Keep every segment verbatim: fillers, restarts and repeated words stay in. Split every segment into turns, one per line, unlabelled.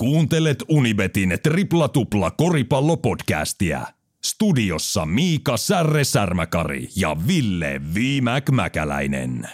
Kuuntelet Unibetin Tripla Tupla koripallopodcastia. Studiossa Miika Särre-Särmäkari ja Ville Viimäk-Mäkäläinen.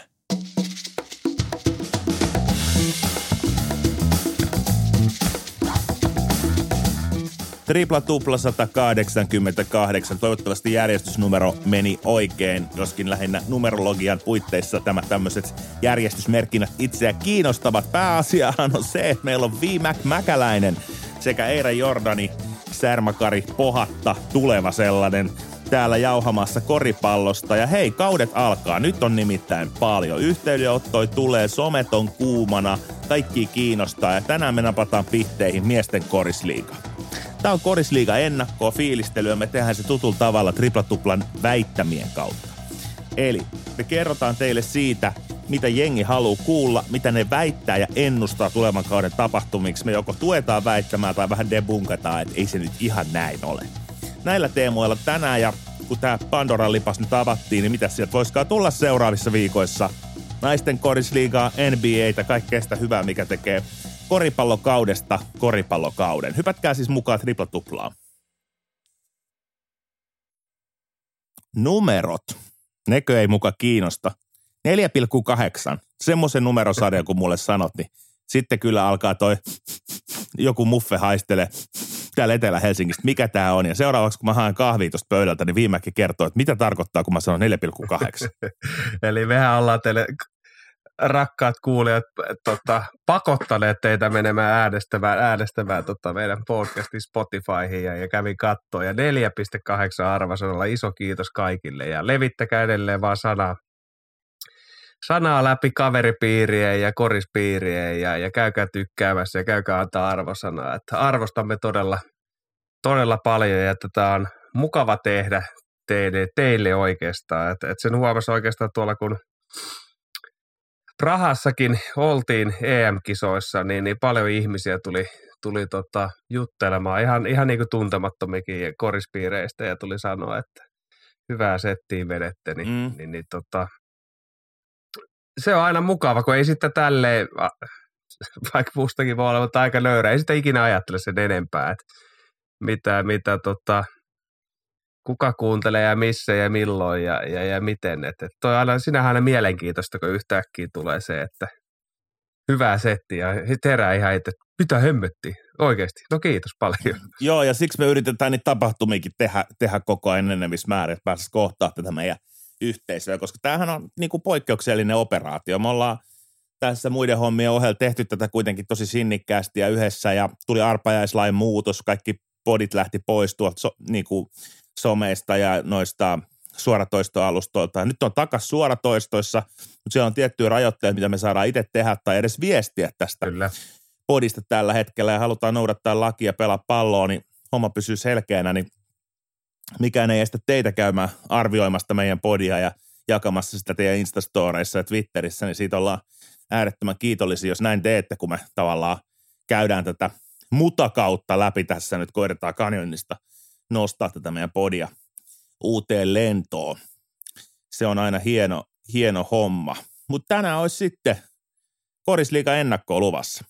Tripla Tupla sata kahdeksankymmentäkahdeksan. Toivottavasti järjestysnumero meni oikein, joskin lähinnä numerologian puitteissa tämä tämmöiset järjestysmerkinnät itseä kiinnostavat. Pääasiahan on se, että meillä on Viimäk-Mäkäläinen sekä Eira Jordani, Särmäkari, Pohatta, tuleva sellainen, täällä jauhamassa koripallosta. Ja hei, kaudet alkaa. Nyt on nimittäin paljon. Yhteydenottoi tulee, somet on kuumana, kaikki kiinnostaa ja tänään me napataan pihteihin miesten korisliiga. Tämä on korisliiga ennakkoa, fiilistelyä. Me tehdään se tutulla tavalla triplatuplan väittämien kautta. Eli me kerrotaan teille siitä, mitä jengi haluaa kuulla, mitä ne väittää ja ennustaa tulevan kauden tapahtumiksi. Me joko tuetaan väittämään tai vähän debunkataan, että ei se nyt ihan näin ole. Näillä teemoilla tänään ja kun tämä Pandoran lipas nyt avattiin, niin mitä sieltä voisikaan tulla seuraavissa viikoissa? Naisten korisliigaa, N B A:tä, kaikkea sitä hyvää, mikä tekee koripallokaudesta koripallokauden. Hypätkää siis mukaan Tripla Tuplaan. Numerot. Nekö ei muka kiinnosta. neljä pilkku kahdeksan. Semmoisen numerosarjan, kun mulle sanot, niin sitten kyllä alkaa toi joku muffe haistele täällä Etelä-Helsingistä. Mikä tää on? Ja seuraavaksi, kun mä haen kahvia tuosta pöydältä, niin Viimäkki kertoo, että mitä tarkoittaa, kun mä sanon neljä pilkku kahdeksan.
Eli mehän ollaan teille, rakkaat kuulijat, tota, pakottaneet teitä menemään äänestämään, äänestämään tota, meidän podcastin Spotifyhin ja, ja kävin kattoon. Ja neljä pilkku kahdeksan arvosanalla iso kiitos kaikille ja levittäkää edelleen vaan sanaa. Sanaa läpi kaveripiirien ja korispiirien ja, ja käykää tykkäämässä ja käykää antaa arvosanaa. Että arvostamme todella, todella paljon ja tätä on mukava tehdä teille, teille oikeastaan. Että, että sen huomasi oikeastaan tuolla, kun Prahassakin oltiin E M-kisoissa, niin, niin paljon ihmisiä tuli, tuli tota, juttelemaan ihan, ihan niin kuin tuntemattomikin korispiireistä ja tuli sanoa, että hyvää settiä vedette, niin, mm. niin, niin tota, se on aina mukava, kun ei sitten tälleen, vaikka mustakin voi olla, mutta aika nöyrä, ei sitä ikinä ajattele sen enempää, että mitä, mitä tota, kuka kuuntelee ja missä ja milloin ja, ja, ja miten. Että et toi aina, sinähän aina mielenkiintoista, kun yhtäkkiä tulee se, että hyvää settiä ja sitten herää ihan, että mitä hemmettiin oikeasti. No kiitos paljon.
Joo, ja siksi me yritetään niitä tapahtumiakin tehdä, tehdä koko ajan enemmissä määrin, että pääsisi kohtaa tätä meidän yhteisöä, koska tämähän on niin kuin poikkeuksellinen operaatio. Me ollaan tässä muiden hommien ohella tehty tätä kuitenkin tosi sinnikkäästi ja yhdessä ja tuli arpajaislain muutos, kaikki podit lähti pois tuolta so, niin kuin someista ja noista suoratoistoalustoilta. Nyt on takas suoratoistoissa, mutta siellä on tiettyjä rajoitteita, mitä me saadaan itse tehdä tai edes viestiä tästä Kyllä. podista tällä hetkellä ja halutaan noudattaa lakia ja pelaa palloa, niin homma pysyy selkeänä, niin mikään ei estä teitä käymään arvioimasta meidän podia ja jakamassa sitä teidän Instastoreissa ja Twitterissä, niin siitä ollaan äärettömän kiitollisia, jos näin teette, kun me tavallaan käydään tätä mutakautta läpi tässä nyt, koitetaan Canyonista nostaa tätä meidän podia uuteen lentoon. Se on aina hieno, hieno homma. Mutta tänään olisi sitten korisliigan ennakkoa luvassa.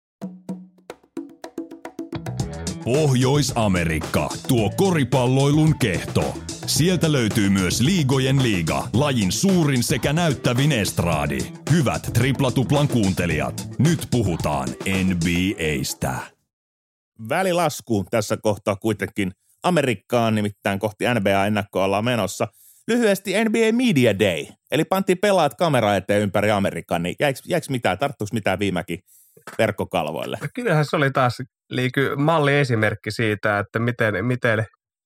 Pohjois-Amerikka, tuo koripalloilun kehto. Sieltä löytyy myös Liigojen liiga, lajin suurin sekä näyttävin estraadi. Hyvät triplatuplan kuuntelijat, nyt puhutaan N B A:stä.
Välilasku tässä kohtaa kuitenkin Amerikkaan, nimittäin kohti N B A-ennakkoa ollaan menossa. Lyhyesti N B A Media Day, eli pantiin pelaajat kamera eteen ympäri Amerikan, niin jäikö, jäikö mitään, tarttuiko mitään Viimäkin verkkokalvoille?
Kyllähän se oli taas liiky, malliesimerkki siitä, että miten, miten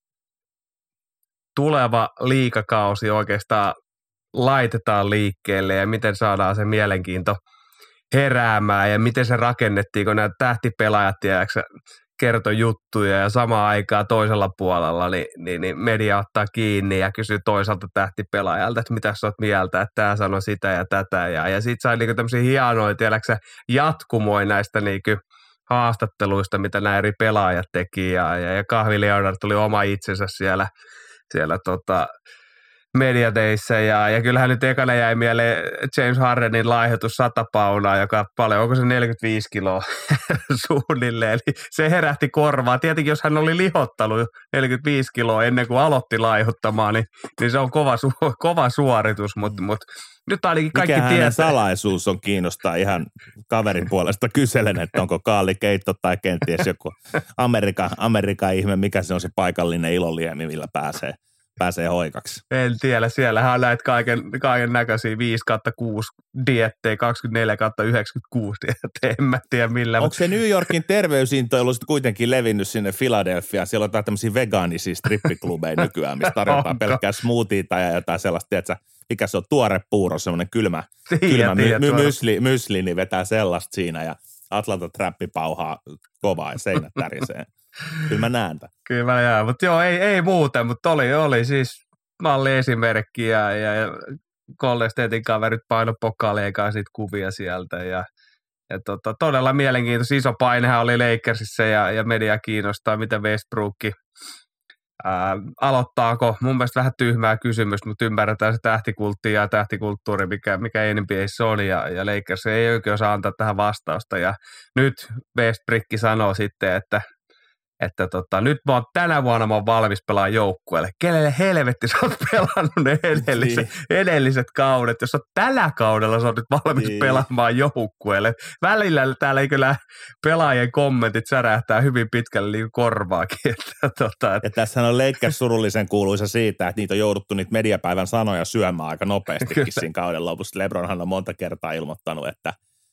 tuleva liigakausi oikeastaan laitetaan liikkeelle ja miten saadaan se mielenkiinto heräämään ja miten se rakennettiin, kun nämä tähtipelaajat tiedätkö, kertoi juttuja ja samaan aikaan toisella puolella niin, niin, niin media ottaa kiinni ja kysyy toiselta tähtipelaajalta, että mitä sä oot mieltä, että tää sanoi sitä ja tätä. Ja, ja sit sai niinku tämmöisiä hienoja, tiedätkö jatkumoin näistä niinku haastatteluista, mitä nämä eri pelaajat teki. Ja, ja, ja Kahvi Leonard tuli oma itsensä siellä, siellä tota, mediadeissa ja, ja kyllähän nyt ekana jäi mieleen James Hardenin laihdutus sata paunaa, joka paljon, onko se neljäkymmentäviisi kiloa suunnilleen, eli se herähti korvaa. Tietenkin jos hän oli lihottanut neljäkymmentäviisi kiloa ennen kuin aloitti laihuttamaan, niin, niin se on kova, su- kova suoritus, mutta mut, nyt ainakin kaikki
mikä
tietää.
Mikä salaisuus on kiinnostaa ihan kaverin puolesta kyselen, että onko kaalikeitto tai kenties joku Amerikan, Amerikan ihme, mikä se on se paikallinen iloliemi, millä pääsee. pääsee hoikaksi.
En tiedä, siellähän on näitä kaiken, kaiken näköisiä viisi kautta kuusi diettejä, kaksikymmentäneljä kautta yhdeksänkymmentäkuusi diettejä, en mä tiedä millä.
Onko se New Yorkin terveysintoilu sitten kuitenkin levinnyt sinne Philadelphiaan? Siellä on jotain tämmöisiä vegaanisia strippiklubeja nykyään, missä tarjotaan pelkkää smoothieita ja jotain sellaista, tiedätkö, mikä se on, tuore puuro, semmoinen kylmä, tiedä, kylmä tiedä, my, my, mysli, mysli, niin vetää sellaista siinä ja Atlanta Trappi pauhaa kovaa ja seinät tärisee. Kyllä mä näen tämän.
Kyllä mä näen, mutta joo, ei, ei muuten, mutta oli, oli siis malliesimerkki ja, ja, ja Golden Statein kaverit paino pokaaleekaan siitä kuvia sieltä ja, ja tota, todella mielenkiintoista. Iso painehan oli Lakersissa ja, ja media kiinnostaa, mitä Westbrookki ää, aloittaako. Mun mielestä vähän tyhmää kysymys, mutta ymmärretään se tähtikultti ja tähtikulttuuri, mikä, mikä N B A:ssä on ja, ja Lakers ei oikein osaa antaa tähän vastausta ja nyt Westbrook sanoo sitten, että että tota, nyt mä oon tänä vuonna mä oon valmis pelaamaan joukkueelle. Kenelle helvetti sä oot pelannut ne edelliset, niin. edelliset kaudet, jos sä oot tällä kaudella sä oot nyt valmis niin. pelaamaan joukkueelle. Välillä täällä ei kyllä pelaajien kommentit särähtää hyvin pitkälle niin korvaakin. Että, tota, että.
Ja tässähän on Lakers surullisen kuuluisa siitä, että niitä on jouduttu niitä mediapäivän sanoja syömään aika nopeastikin siinä kauden lopussa. LeBronhan on monta kertaa ilmoittanut, että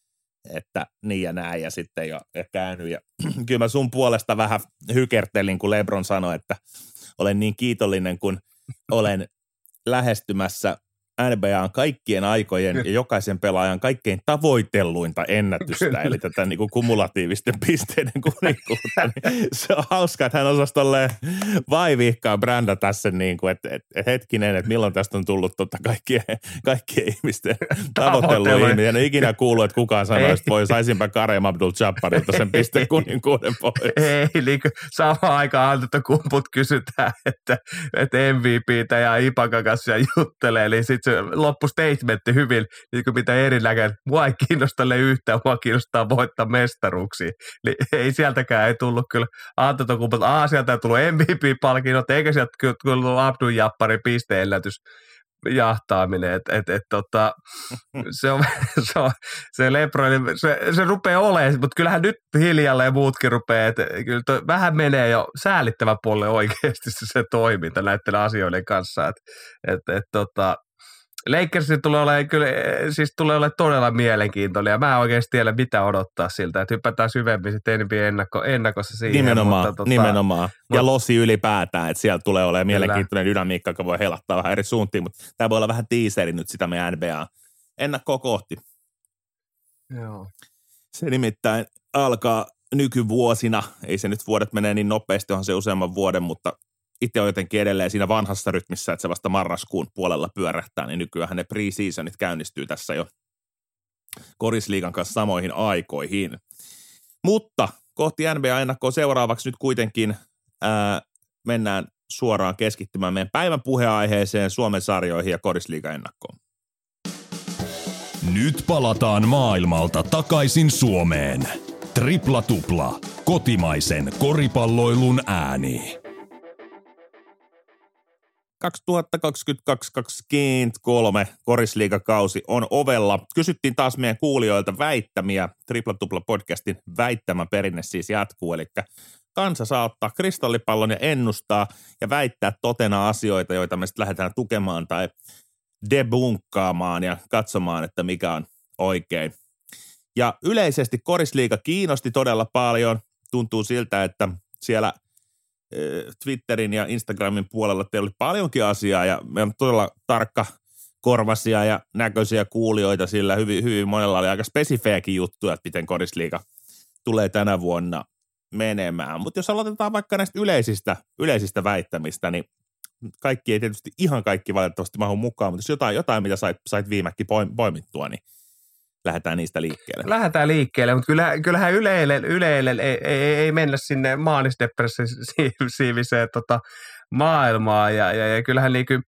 että niin ja näin ja sitten jo ja käynyt. Ja kyllä mä sun puolesta vähän hykertelin, kun LeBron sanoi, että olen niin kiitollinen, kun olen lähestymässä N B A:n kaikkien aikojen ja jokaisen pelaajan kaikkein tavoitelluinta ennätystä, eli tätä niin kuin kumulatiivisten pisteiden kuninkuutta. Niin se on hauska, että hän osasi tolleen vaivihkaa brändä tässä, niin kuin, että, että hetkinen, että milloin tästä on tullut tota kaikkien, kaikkien ihmisten tavoitellut ihmisiä. En ole ikinä kuullut, että kukaan sanoisi, että voi saisinpä Kareem Abdul-Jabbarilta sen pisteen kuninkuuden pois.
Ei, niin kuin samaan aikaan Antetokumput kysytään, että, että M V P:tä ja Ipakan kanssa juttelee, eli sitten se loppustatementti hyvin, niin kuin mitä erinäköinen. Mua ei kiinnosta yhtään, mua kiinnostaa voittaa mestaruuksia. Eli ei sieltäkään ei tullut kyllä Antetokumput. Aa, sieltä ei tullut M V P-palkinnot, eikä sieltä kyllä tullut Abdul-Jabbarin pisteennätys jahtaaminen. Et, et, et, tota, se on se, on, se LeBron, se, se rupeaa olemaan, mutta kyllähän nyt hiljalleen muutkin rupeaa, että kyllä to, vähän menee jo säälittävän puolelle oikeasti se, se toiminta näiden asioiden kanssa. Et, et, et, tota, Lakersin tulee olemaan kyllä, siis tulee olemaan todella mielenkiintoinen ja mä en oikeasti tiedä mitä odottaa siltä, että hypätään syvemmin sitten N B A ennakko, ennakossa siihen.
Nimenomaan,
mutta, tota,
nimenomaan. Ja
mut,
losi ylipäätään, että siellä tulee olemaan mielenkiintoinen dynamiikka, joka voi helattaa vähän eri suuntiin, mutta tämä voi olla vähän tiiseri nyt sitä meidän N B A ennakkoa kohti.
Joo.
Se nimittäin alkaa nykyvuosina, ei se nyt vuodet menee niin nopeasti, onhan se useamman vuoden, mutta itse on jotenkin edelleen siinä vanhassa rytmissä, että se vasta marraskuun puolella pyörähtää, niin nykyään ne pre-seasonit käynnistyy tässä jo Korisliigan kanssa samoihin aikoihin. Mutta kohti N B A-ennakkoa seuraavaksi nyt kuitenkin ää, mennään suoraan keskittymään meidän päivän puheenaiheeseen, Suomen sarjoihin ja Korisliigan ennakkoon.
Nyt palataan maailmalta takaisin Suomeen. Tripla tupla, kotimaisen koripalloilun ääni.
kaksituhattakaksikymmentäkaksi kaksikymmentäkolme Korisliigakausi on ovella. Kysyttiin taas meidän kuulijoilta väittämiä. Tripla Tupla podcastin väittämäperinne siis jatkuu, eli kansa saa ottaa kristallipallon ja ennustaa ja väittää totena asioita, joita me sitten lähdetään tukemaan tai debunkkaamaan ja katsomaan, että mikä on oikein. Ja yleisesti Korisliiga kiinnosti todella paljon. Tuntuu siltä, että siellä Twitterin ja Instagramin puolella teillä oli paljonkin asiaa ja meillä on todella tarkka korvasia ja näköisiä kuulijoita, sillä hyvin, hyvin monella oli aika spesifejäkin juttuja, että miten Korisliiga tulee tänä vuonna menemään. Mutta jos aloitetaan vaikka näistä yleisistä, yleisistä väittämistä, niin kaikki ei tietysti ihan kaikki valitettavasti mahu mukaan, mutta jos jotain, jotain mitä sait, sait viimekin poimittua, niin lähdetään niistä liikkeelle.
Lähdetään liikkeelle, mutta kyllähän, kyllähän yleille, yleille ei, ei, ei mennä sinne maanisdepressiiviseen tota, maailmaan. Ja, ja, ja kyllähän niin kuin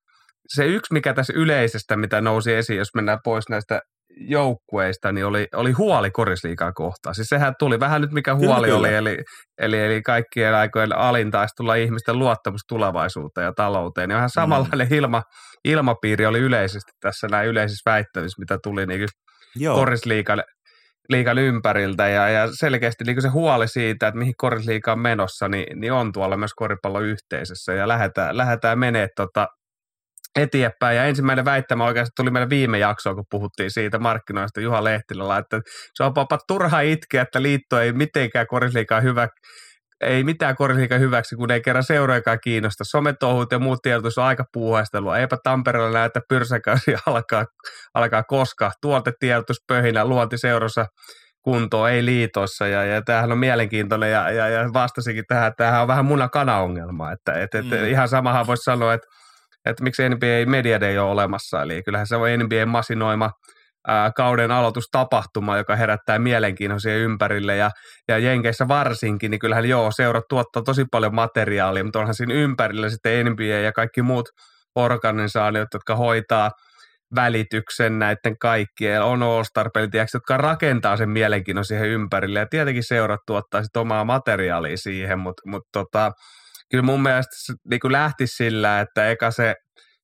se yksi, mikä tässä yleisestä, mitä nousi esiin, jos mennään pois näistä joukkueista, niin oli, oli huoli korisliigaa kohtaan. Siis sehän tuli vähän nyt, mikä huoli kyllä, oli, kyllä. Eli, eli, eli kaikkien aikojen alin taisi tulla ihmisten luottamus tulevaisuuteen ja talouteen. Ja vähän samanlainen mm. ilma, ilmapiiri oli yleisesti tässä näin yleisissä väittämissä, mitä tuli niin korisliigan liigan ympäriltä. Ja, ja selkeästi niin se huoli siitä, että mihin korisliiga on menossa, niin, niin on tuolla myös koripalloyhteisössä. Ja lähdetään, lähdetään menee tota eteenpäin. Ja ensimmäinen väittämä oikeastaan tuli meidän viime jaksoon, kun puhuttiin siitä markkinoista Juha Lehtilällä, että se on papa turha itkeä, että liitto ei mitenkään korisliigaa hyvä, ei mitään korisliigaa hyväksi, kun ei kerran seuraajakaan kiinnosta. Sometouhut ja muut tiedotus on aika puuhaistelua. Eipä Tampereella näytä pyrsäkäsi alkaa, alkaa koska. Tuotetiedotuspöhinä luonti seurassa kuntoon, ei liitossa. Ja, ja tämähän on mielenkiintoinen ja, ja, ja vastasikin tähän, että tämähän on vähän muna-kana-ongelma. Että, et, et, mm. Ihan samahan voisi sanoa, että että miksi N B A Media Day on olemassa, eli kyllähän se on N B A masinoima ää, kauden aloitustapahtuma, joka herättää mielenkiinnon siihen ympärille, ja, ja Jenkeissä varsinkin, niin kyllähän joo, seurat tuottaa tosi paljon materiaalia, mutta onhan siinä ympärillä sitten N B A ja kaikki muut organisaatiot, jotka hoitaa välityksen näiden kaikkien, on All-Star-pelit, jotka rakentaa sen mielenkiinnon siihen ympärille, ja tietenkin seurat tuottaa sitten omaa materiaalia siihen, mutta mut tota, kyllä mun mielestä se niin lähti sillä, että eka se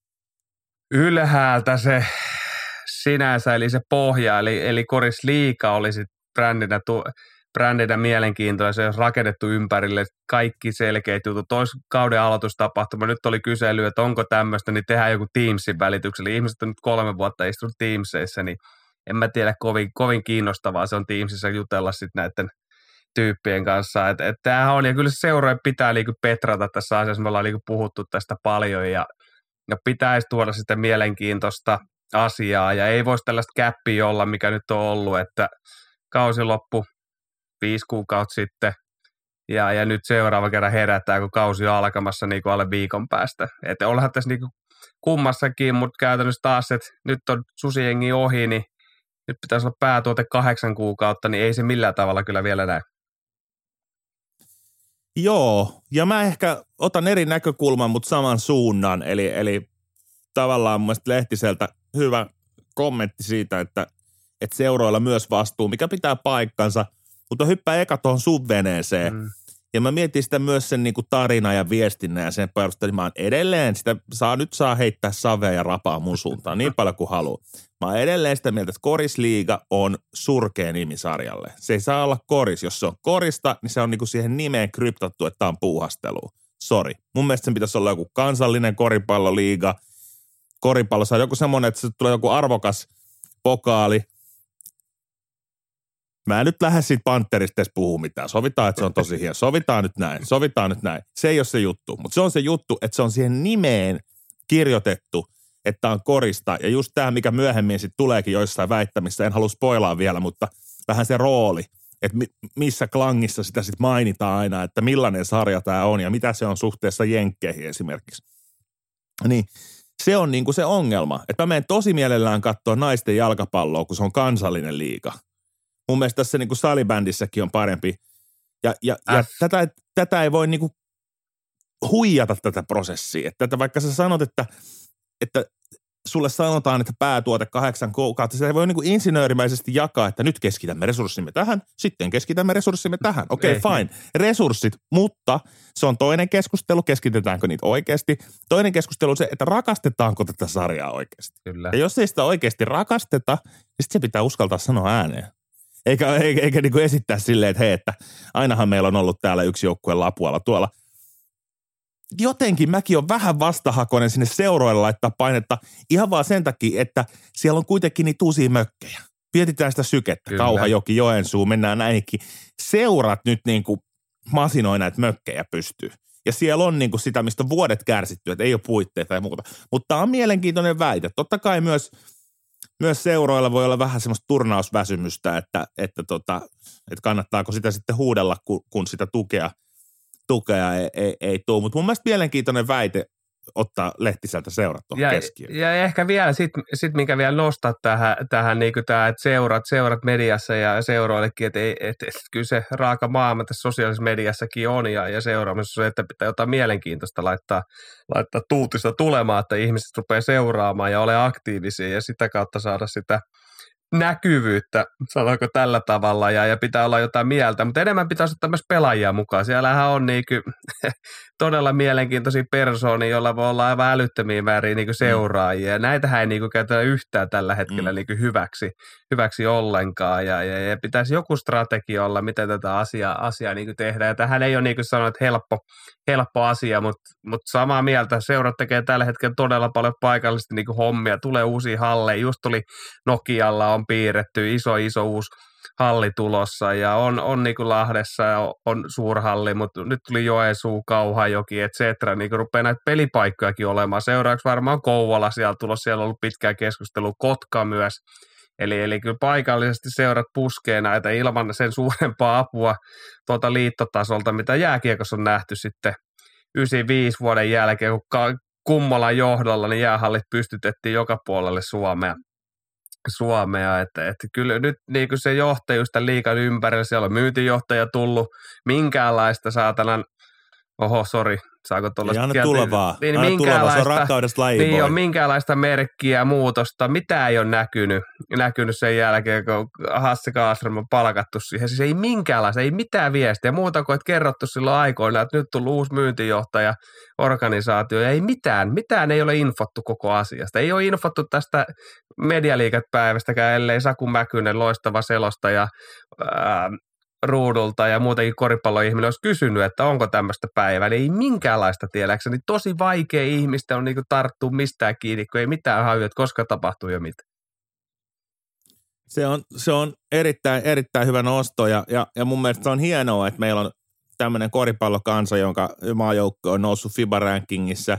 ylhäältä se sinänsä, eli se pohja, eli, eli korisliiga oli sitten brändinä, brändinä mielenkiintoinen, ja se olisi rakennettu ympärille kaikki selkeät jutut. Olisi kauden aloitustapahtuma, nyt oli kysely, että onko tämmöistä, niin tehdään joku Teamsin välityksellä. Ihmiset on nyt kolme vuotta istunut Teamseissa, niin en mä tiedä, kovin, kovin kiinnostavaa se on Teamsissa jutella sitten näiden tyyppien kanssa, että et tämähän on, ja kyllä se seurojen pitää liiku petrata tässä asiassa, me ollaan liiku puhuttu tästä paljon, ja, ja pitäisi tuoda sitten mielenkiintoista asiaa, ja ei voisi tällaista käppiä olla, mikä nyt on ollut, että kausi loppu viisi kuukautta sitten, ja, ja nyt seuraava kerran herätään, kun kausi on alkamassa niin kuin alle viikon päästä, että ollaan tässä niin kuin kummassakin, mutta käytännössä taas, että nyt on susijengi ohi, niin nyt pitäisi olla päätuote kahdeksan kuukautta, niin ei se millään tavalla kyllä vielä näy.
Joo, ja mä ehkä otan eri näkökulman, mutta saman suunnan. Eli, eli tavallaan mun mielestä Lehtiseltä hyvä kommentti siitä, että, että seuroilla myös vastuu, mikä pitää paikkansa, mutta hyppää eka tuohon sun veneeseen. Mm. Ja mä mietin sitä myös sen niin kuin tarina ja viestinnän ja sen perusteella, mä oon edelleen sitä, saa, nyt saa heittää savea ja rapaa mun suuntaan niin paljon kuin haluaa. Mä oon edelleen sitä mieltä, että korisliiga on surkea nimi sarjalle. Se ei saa olla koris. Jos se on korista, niin se on niinku siihen nimeen kryptattu, että tää on puuhastelua. Sori. Mun mielestä sen pitäisi olla joku kansallinen koripalloliiga. Koripallossa on joku semmoinen, että se tulee joku arvokas pokaali. Mä en nyt lähde siitä Pantherista edes puhua mitään. Sovitaan, että se on tosi hieno. Sovitaan nyt näin. Sovitaan nyt näin. Se ei ole se juttu. Mutta se on se juttu, että se on siihen nimeen kirjoitettu, että on korista. Ja just tämä, mikä myöhemmin sitten tuleekin joissain väittämissä, en halua spoilaa vielä, mutta vähän se rooli, että mi- missä klangissa sitä sitten mainitaan aina, että millainen sarja tämä on ja mitä se on suhteessa jenkkeihin esimerkiksi. Niin se on niinku se ongelma, että mä menen tosi mielellään katsoa naisten jalkapalloa, kun se on kansallinen liiga. Mun mielestä tässä niinku salibändissäkin on parempi. Ja, ja, ja tätä, tätä ei voi niinku huijata tätä prosessia. Että tätä, vaikka sä sanot, että, että sulle sanotaan, että päätuote kahdeksan kuukautta, sitä ei voi niinku insinöörimäisesti jakaa, että nyt keskitämme resurssimme tähän, sitten keskitämme resurssimme tähän. Okei, okay, fine. Resurssit, mutta se on toinen keskustelu, keskitetäänkö niitä oikeasti. Toinen keskustelu on se, että rakastetaanko tätä sarjaa oikeasti. Kyllä. Ja jos ei sitä oikeasti rakasteta, niin sitten se pitää uskaltaa sanoa ääneen. Eikä, eikä, eikä niin kuin esittää silleen, että hei, että ainahan meillä on ollut täällä yksi joukkue Lapualla tuolla. Jotenkin mäkin on vähän vastahakoinen sinne seuroille laittaa painetta ihan vaan sen takia, että siellä on kuitenkin niitä uusia mökkejä. Mietitään sitä sykettä, Kyllä. Kauhajoki, Joensuu, mennään näinkin. Seurat nyt niin kuin masinoi näitä mökkejä pystyy. Ja siellä on niin kuin sitä, mistä on vuodet kärsitty, että ei ole puitteita ja muuta. Mutta tämä on mielenkiintoinen väite. Totta kai myös... Myös seuroilla voi olla vähän semmoista turnausväsymystä, että, että, tota, että kannattaako sitä sitten huudella, kun, kun sitä tukea, tukea ei, ei, ei tule. Mutta mun mielestä mielenkiintoinen väite ottaa Lehtisältä seurat tuohon keskiöön.
Ja ehkä vielä sitten, sit, minkä vielä nostaa tähän, tähän niin kuin tämä, että seurat, seurat mediassa ja seuroillekin, että et, et, et, kyllä se raaka maailma tässä sosiaalisessa mediassakin on ja, ja seuraamassa, että pitää jotain mielenkiintoista laittaa, laittaa tuutista tulemaan, että ihmiset rupeaa seuraamaan ja ole aktiivisia ja sitä kautta saada sitä näkyvyyttä, sanoiko tällä tavalla, ja, ja pitää olla jotain mieltä, mutta enemmän pitäisi ottaa myös pelaajia mukaan. Siellähän on niinku, todella mielenkiintoisia persoonia, joilla voi olla aivan älyttömiä määriä niinku seuraajia, ja näitähän ei niinku käytetä yhtään tällä hetkellä mm. niinku hyväksi, hyväksi ollenkaan, ja, ja, ja pitäisi joku strategia olla, miten tätä asiaa, asiaa niinku tehdään, ja tähän ei ole niinku sanonut, että helppo, helppo asia, mutta, mutta samaa mieltä, seurat tekee tällä hetkellä todella paljon paikallisesti niinku hommia, tulee uusia halleja, just tuli Nokialla on piirretty iso iso uusi halli tulossa ja on, on niin kuin Lahdessa on suurhalli, mutta nyt tuli Joensuu, Kauhajoki, et cetera. Niin kuin rupeaa näitä pelipaikkojakin olemaan. Seuraavaksi varmaan Kouvola siellä tulossa, siellä on ollut pitkää keskustelua, Kotka myös. Eli, eli kyllä paikallisesti seurat puskee näitä ilman sen suurempaa apua tuolta liittotasolta, mitä jääkiekossa on nähty sitten yhdeksänkymmentäviisi vuoden jälkeen, kun Kummolan johdolla niin jäähallit pystytettiin joka puolelle Suomea. Suomea, että, että kyllä nyt niin kuin se johtajuus tämän liigan ympärillä, siellä on myyntijohtaja tullut, minkäänlaista saatanan, oho, sori, saako tuollaista?
Ei anna tulla vaan,
niin,
anna tulla vaan, se on rakkaudesta lajiin.
Niin on minkäänlaista merkkiä, muutosta, mitä ei ole näkynyt, näkynyt sen jälkeen, kun Hasse Kaasram on palkattu siihen, siis ei minkäänlaista, ei mitään viestiä, muuta kuin, että kerrottu silloin aikoina, että nyt tullut uusi myyntijohtaja, organisaatio, ja ei mitään, mitään ei ole infottu koko asiasta, ei ole infottu tästä medialiikepäivästäkään, ellei Saku Mäkynen, loistava selostaja, ää, ruudulta ja muutenkin koripalloihminen olisi kysynyt, että onko tämmöistä päivää, niin ei minkäänlaista tiedäkseni. Niin tosi vaikea ihmistä on niinku tarttua mistään kiinni, kun ei mitään haju, että koska tapahtuu jo mitä.
Se on, se on erittäin, erittäin hyvä nosto ja, ja, ja mun mielestä se on hienoa, että meillä on tämmöinen koripallokansa, jonka maajoukko on noussut FIBA-rankingissa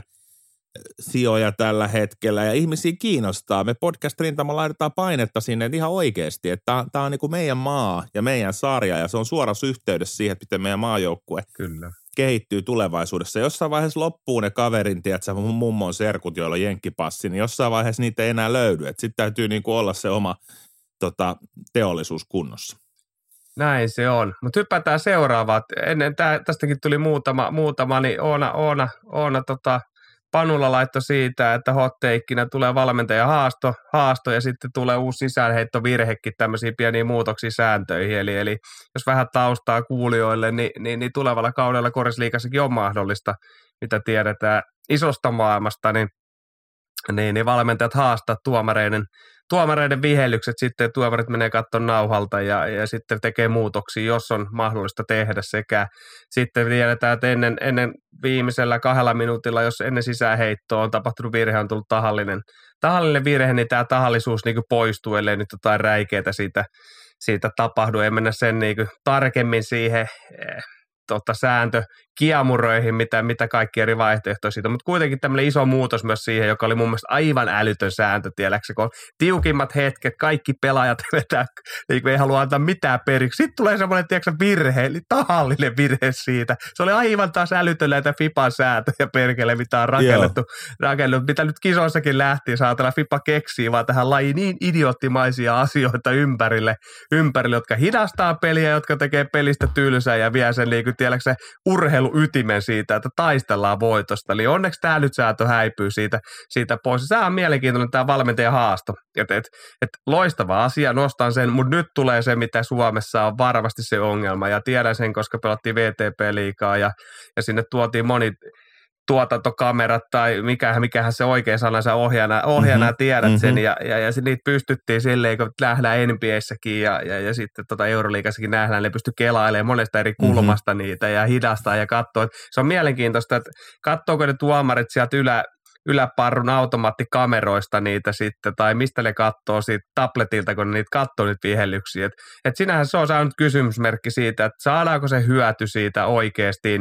sijoja tällä hetkellä ja ihmisiä kiinnostaa. Me podcast-rintama laitetaan painetta sinne ihan oikeasti, että tämä on niin kuin meidän maa ja meidän sarja ja se on suorassa yhteydessä siihen, että miten meidän maajoukkue
Kyllä.
kehittyy tulevaisuudessa. Jossain vaiheessa loppuu ne kaverin, tiedätkö, mun mummon serkut, joilla on jenkkipassi, niin jossain vaiheessa niitä ei enää löydy. Sitten täytyy niin kuin olla se oma tota, teollisuus kunnossa.
Näin se on. Mutta hypätään seuraavaan. Ennen tää, tästäkin tuli muutama, muutama niin Oona, Oona, Oona tota, Panulla laittoi siitä, että hotteikkinä tulee valmentajan haasto, haasto ja sitten tulee uusi sisäänheittovirhekin, tämmöisiä pieniä muutoksia sääntöihin. Eli, eli jos vähän taustaa kuulijoille, niin, niin, niin tulevalla kaudella Korisliigassakin on mahdollista, mitä tiedetään isosta maailmasta, niin, niin, niin valmentajat haastaa tuomareiden, tuomareiden vihellykset, sitten tuomarit menee katsomaan nauhalta ja, ja sitten tekee muutoksia, jos on mahdollista tehdä sekä sitten tiedetään, että ennen, ennen viimeisellä kahdella minuutilla, jos ennen sisäänheittoa on tapahtunut virhe, on tullut tahallinen, tahallinen virhe, niin tämä tahallisuus niin kuin poistuu, ellei nyt jotain räikeätä siitä, siitä tapahdu. Ei mennä sen niin kuin tarkemmin siihen eh, tota, sääntökiamuroihin, mitä, mitä kaikki eri vaihtoehtoja siitä, mutta kuitenkin tämmöinen iso muutos myös siihen, joka oli mun mielestä aivan älytön sääntö, tiedätkö, kun tiukimmat hetket, kaikki pelaajat vetää, niin ei halua antaa mitään periksi. Sitten tulee semmoinen, tiedätkö, virhe, eli tahallinen virhe siitä. Se oli aivan taas älytön näitä FIPAn sääntöjä perkele, mitä on rakennettu, rakennettu, mitä nyt kisoissakin lähti, saatella FIPA keksii vaan tähän lajiin niin idioottimaisia asioita ympärille, ympärille, jotka hidastaa peliä, jotka tekee pelistä tylsää ja vie sen liiky, tiedätkö, se urheiluytimen siitä, että taistellaan voitosta. Eli onneksi tämä nyt säätö häipyy siitä, siitä pois. Tämä on mielenkiintoinen tämä valmentajan haasto. Että et, et loistava asia, nostan sen, mutta nyt tulee se, mitä Suomessa on varmasti se ongelma. Ja tiedän sen, koska pelattiin V T P-liigaa ja, ja sinne tuotiin moni tuotantokamerat tai mikähän, mikähän se oikein sanansa ohjana, ohjana mm-hmm. tiedät mm-hmm. sen ja, ja, ja niitä pystyttiin silleen, kun nähdään N B A:ssäkin ja, ja, ja sitten tota Euroliigassakin nähdään, ne pystyy kelailemaan monesta eri kulmasta mm-hmm. niitä ja hidastaa ja katsoo. Se on mielenkiintoista, että katsoako ne tuomarit sieltä ylä, yläparrun automaattikameroista niitä sitten tai mistä ne katsoo siitä tabletilta, kun ne niitä katsoo niitä vihellyksiä. Et, et sinähän se on saanut kysymysmerkki siitä, että saadaanko se hyöty siitä oikeasti,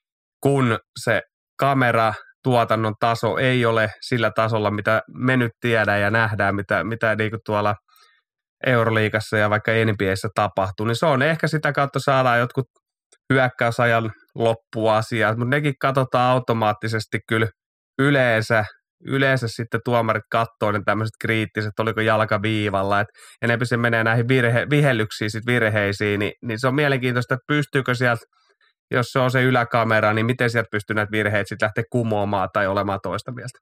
kun se kameratuotannon taso ei ole sillä tasolla, mitä me nyt tiedään ja nähdään, mitä, mitä niin kuin tuolla Euroliigassa ja vaikka N B A:ssä tapahtuu, niin se on ehkä sitä kautta saadaan jotkut hyökkäysajan loppuasiat, mutta nekin katsotaan automaattisesti kyllä yleensä, yleensä sitten tuomarit katsoo ne tämmöiset kriittiset, oliko jalka viivalla, että enemmän se menee näihin virhe, vihellyksiin, sit virheisiin, niin, niin se on mielenkiintoista, että pystyykö sieltä, jos se on se yläkamera, niin miten sieltä pystyy näitä virheitä sitten lähteä kumoamaan tai olemaan toista mieltä.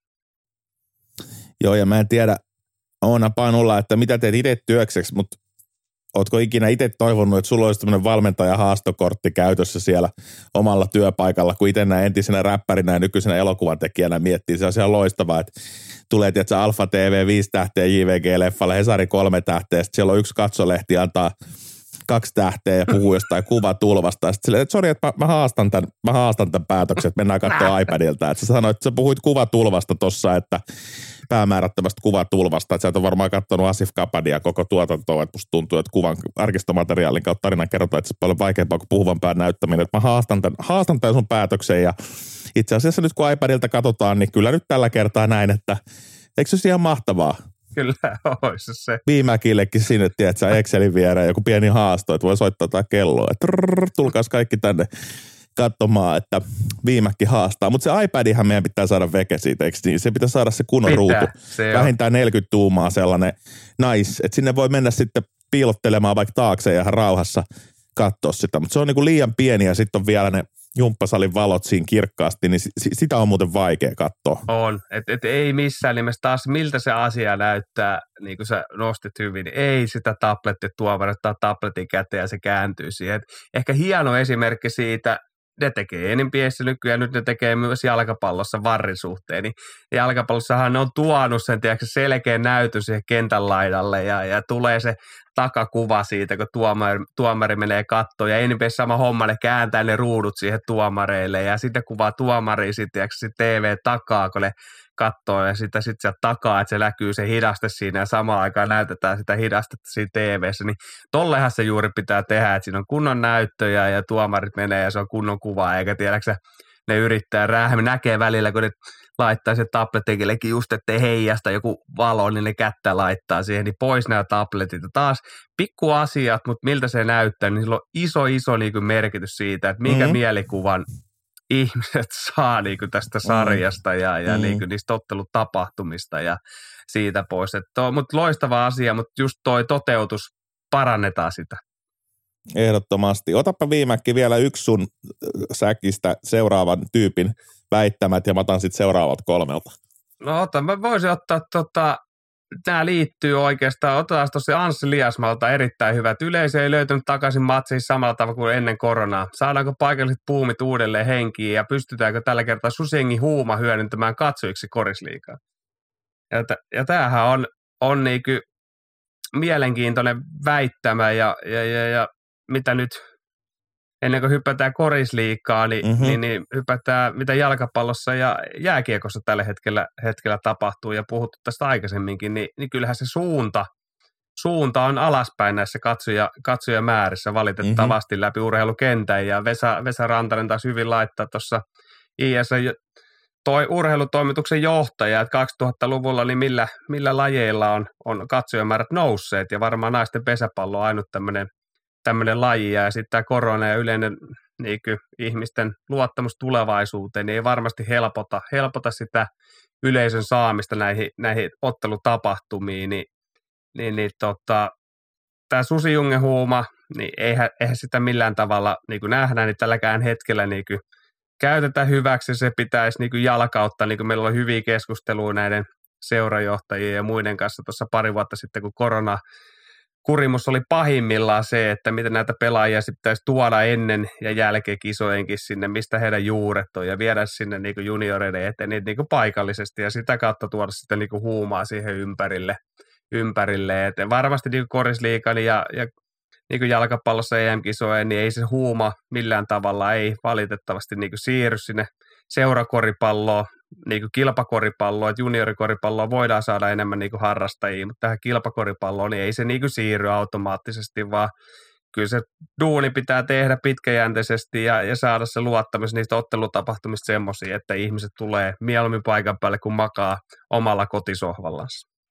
Joo, ja mä en tiedä, Oona Panulla, että mitä teet itse työkseksi, mutta ootko ikinä itse toivonut, että sulla olisi tämmöinen valmentaja-haastokortti käytössä siellä omalla työpaikalla, kun itse näin entisenä räppärinä ja nykyisenä elokuvantekijänä miettii. Se on ihan loistavaa, että tulee, tiedätkö, Alfa T V viisi tähteä, J V G-leffalle, Hesari kolme tähteä, sitten siellä on yksi katsolehti, antaa kaksi tähteä ja puhuu jostain kuvatulvasta. Sitten silleen, että sori, että mä, mä, haastan tämän, mä haastan tämän päätöksen, että mennään katsoa iPadilta. Että sä sanoit, että sä puhuit kuvatulvasta tossa, että päämäärättömästä kuvatulvasta, että sä et ole varmaan katsonut Asif Kapadia koko tuotantoa, että musta tuntuu, että kuvan arkistomateriaalin kautta tarinan kerrotaan, että se on paljon vaikeampaa kuin puhuvan pään näyttäminen, että mä haastan tämän, haastan tämän sun päätöksen ja itse asiassa nyt kun iPadilta katsotaan, niin kyllä nyt tällä kertaa näin, että eikö se ole ihan mahtavaa?
Kyllä olisi se.
Viimäkillekin sinne, tiedätkö, Excelin viereen joku pieni haasto, että voi soittaa tätä kelloa, että trrr, tulkaas kaikki tänne katsomaan, että Viimäkki haastaa. Mutta se iPadihan meidän pitää saada veke siitä, eikö niin? Se pitää saada se kunnon pitää, ruutu. Se vähintään neljäkymmentä tuumaa sellainen nice, että sinne voi mennä sitten piilottelemaan vaikka taakse ja ihan rauhassa katsoa sitä. Mutta se on niinku liian pieni ja sitten on vielä ne jumppasalin valot siinä kirkkaasti, niin si- sitä on muuten vaikea katsoa.
On, että et ei missään nimessä taas miltä se asia näyttää, niin kuin sä nostit hyvin, niin ei sitä tabletti tuomarittaa tabletin käteen ja se kääntyy siihen. Et ehkä hieno esimerkki siitä, ne tekee enempiessä nykyään, nyt ne tekee myös jalkapallossa varrin suhteen, niin jalkapallossahan ne on tuonut sen tiedätkö, selkeän näytön siihen kentän laidalle ja, ja tulee se takakuva siitä, kun tuomari, tuomari menee kattoon ja enemmän sama homma, ne kääntää ne ruudut siihen tuomareille ja sitten kuvaa tuomari sitten sit T V takaa, kun ne kattoo ja sitä sitten sieltä takaa, että se näkyy se hidaste siinä ja samaan aikaan näytetään sitä hidastetta siinä T V:ssä, niin tollehan se juuri pitää tehdä, että siinä on kunnon näyttöjä ja tuomarit menee ja se on kunnon kuva, eikä tiedäksä ne yrittää rähmä, näkee välillä, kun ne laittaa se tabletikillekin just, ettei heijasta joku valo, niin ne kättä laittaa siihen, niin pois nämä tabletit. Ja taas pikku asiat, mutta miltä se näyttää, niin sillä on iso, iso niin kuin merkitys siitä, että minkä mm-hmm. mielikuvan ihmiset saa niin kuin tästä sarjasta ja, ja mm-hmm. niin kuin niistä ottelutapahtumista ja siitä pois. Että, mutta loistava asia, mutta just toi toteutus, parannetaan sitä.
Ehdottomasti. Otapa Viimäkki vielä yksi sun säkistä seuraavan tyypin väittämät ja mä otan sitten seuraavalta kolmelta.
No ota, mä voisin ottaa tota, tää liittyy oikeastaan, otetaan tuossa Anssi Liasmalta erittäin hyvät. Yleisö ei löytynyt takaisin matsiin samalla tavalla kuin ennen koronaa. Saadaanko paikalliset puumit uudelleen henkiin ja pystytäänkö tällä kertaa Susiengin huuma hyödyntämään katsojiksi korisliigaa? Ja, t- ja tämähän on, on niinku mielenkiintoinen väittämä ja, ja, ja, ja mitä nyt ennen kuin hypätään korisliigaa, niin, mm-hmm. niin, niin hypätään mitä jalkapallossa ja jääkiekossa tällä hetkellä, hetkellä tapahtuu ja puhuttu tästä aikaisemminkin, niin, niin kyllähän se suunta, suunta on alaspäin näissä katsoja, katsojamäärissä valitettavasti mm-hmm. läpi urheilukentän ja Vesa, Vesa Rantanen taas hyvin laittaa tuossa I S toi urheilutoimituksen johtaja, että kaksituhattaluvulla niin millä, millä lajeilla on, on katsojamäärät nousseet ja varmaan naisten pesäpallo on ainut tämmöinen tämmöinen laji ja sitten tämä korona ja yleinen niin kuin, ihmisten luottamus tulevaisuuteen niin ei varmasti helpota, helpota sitä yleisön saamista näihin, näihin ottelutapahtumiin, niin, niin, niin tota, tämä Susi Jungen huuma, niin eihän, eihän sitä millään tavalla niin kuin nähdä, niin tälläkään hetkellä niin kuin, käytetään hyväksi, se pitäisi niin kuin jalkauttaa, niin kuin meillä on hyviä keskusteluja näiden seurajohtajien ja muiden kanssa tuossa pari vuotta sitten, kun korona kurimus oli pahimmillaan se, että miten näitä pelaajia sitten pitäisi tuoda ennen ja jälkeen kisojenkin sinne, mistä heidän juuret on, ja viedä sinne niin kuin junioreiden eteen niin, niin kuin paikallisesti, ja sitä kautta tuoda sitten niin kuin huumaa siihen ympärille. ympärille. Et varmasti niin kuin korisliigan ja, ja niin kuin jalkapallossa E M-kisojen, niin ei se huuma millään tavalla ei valitettavasti niin kuin siirry sinne seurakoripalloon, niin kuin kilpakoripalloa, että juniorikoripalloa voidaan saada enemmän niin kuin harrastajia, mutta tähän kilpakoripalloon niin ei se niin kuin siirry automaattisesti, vaan kyllä se duuni pitää tehdä pitkäjänteisesti ja, ja saada se luottamus niistä ottelutapahtumista semmoisia, että ihmiset tulee mieluummin paikan päälle, kun makaa omalla kotisohvallaan.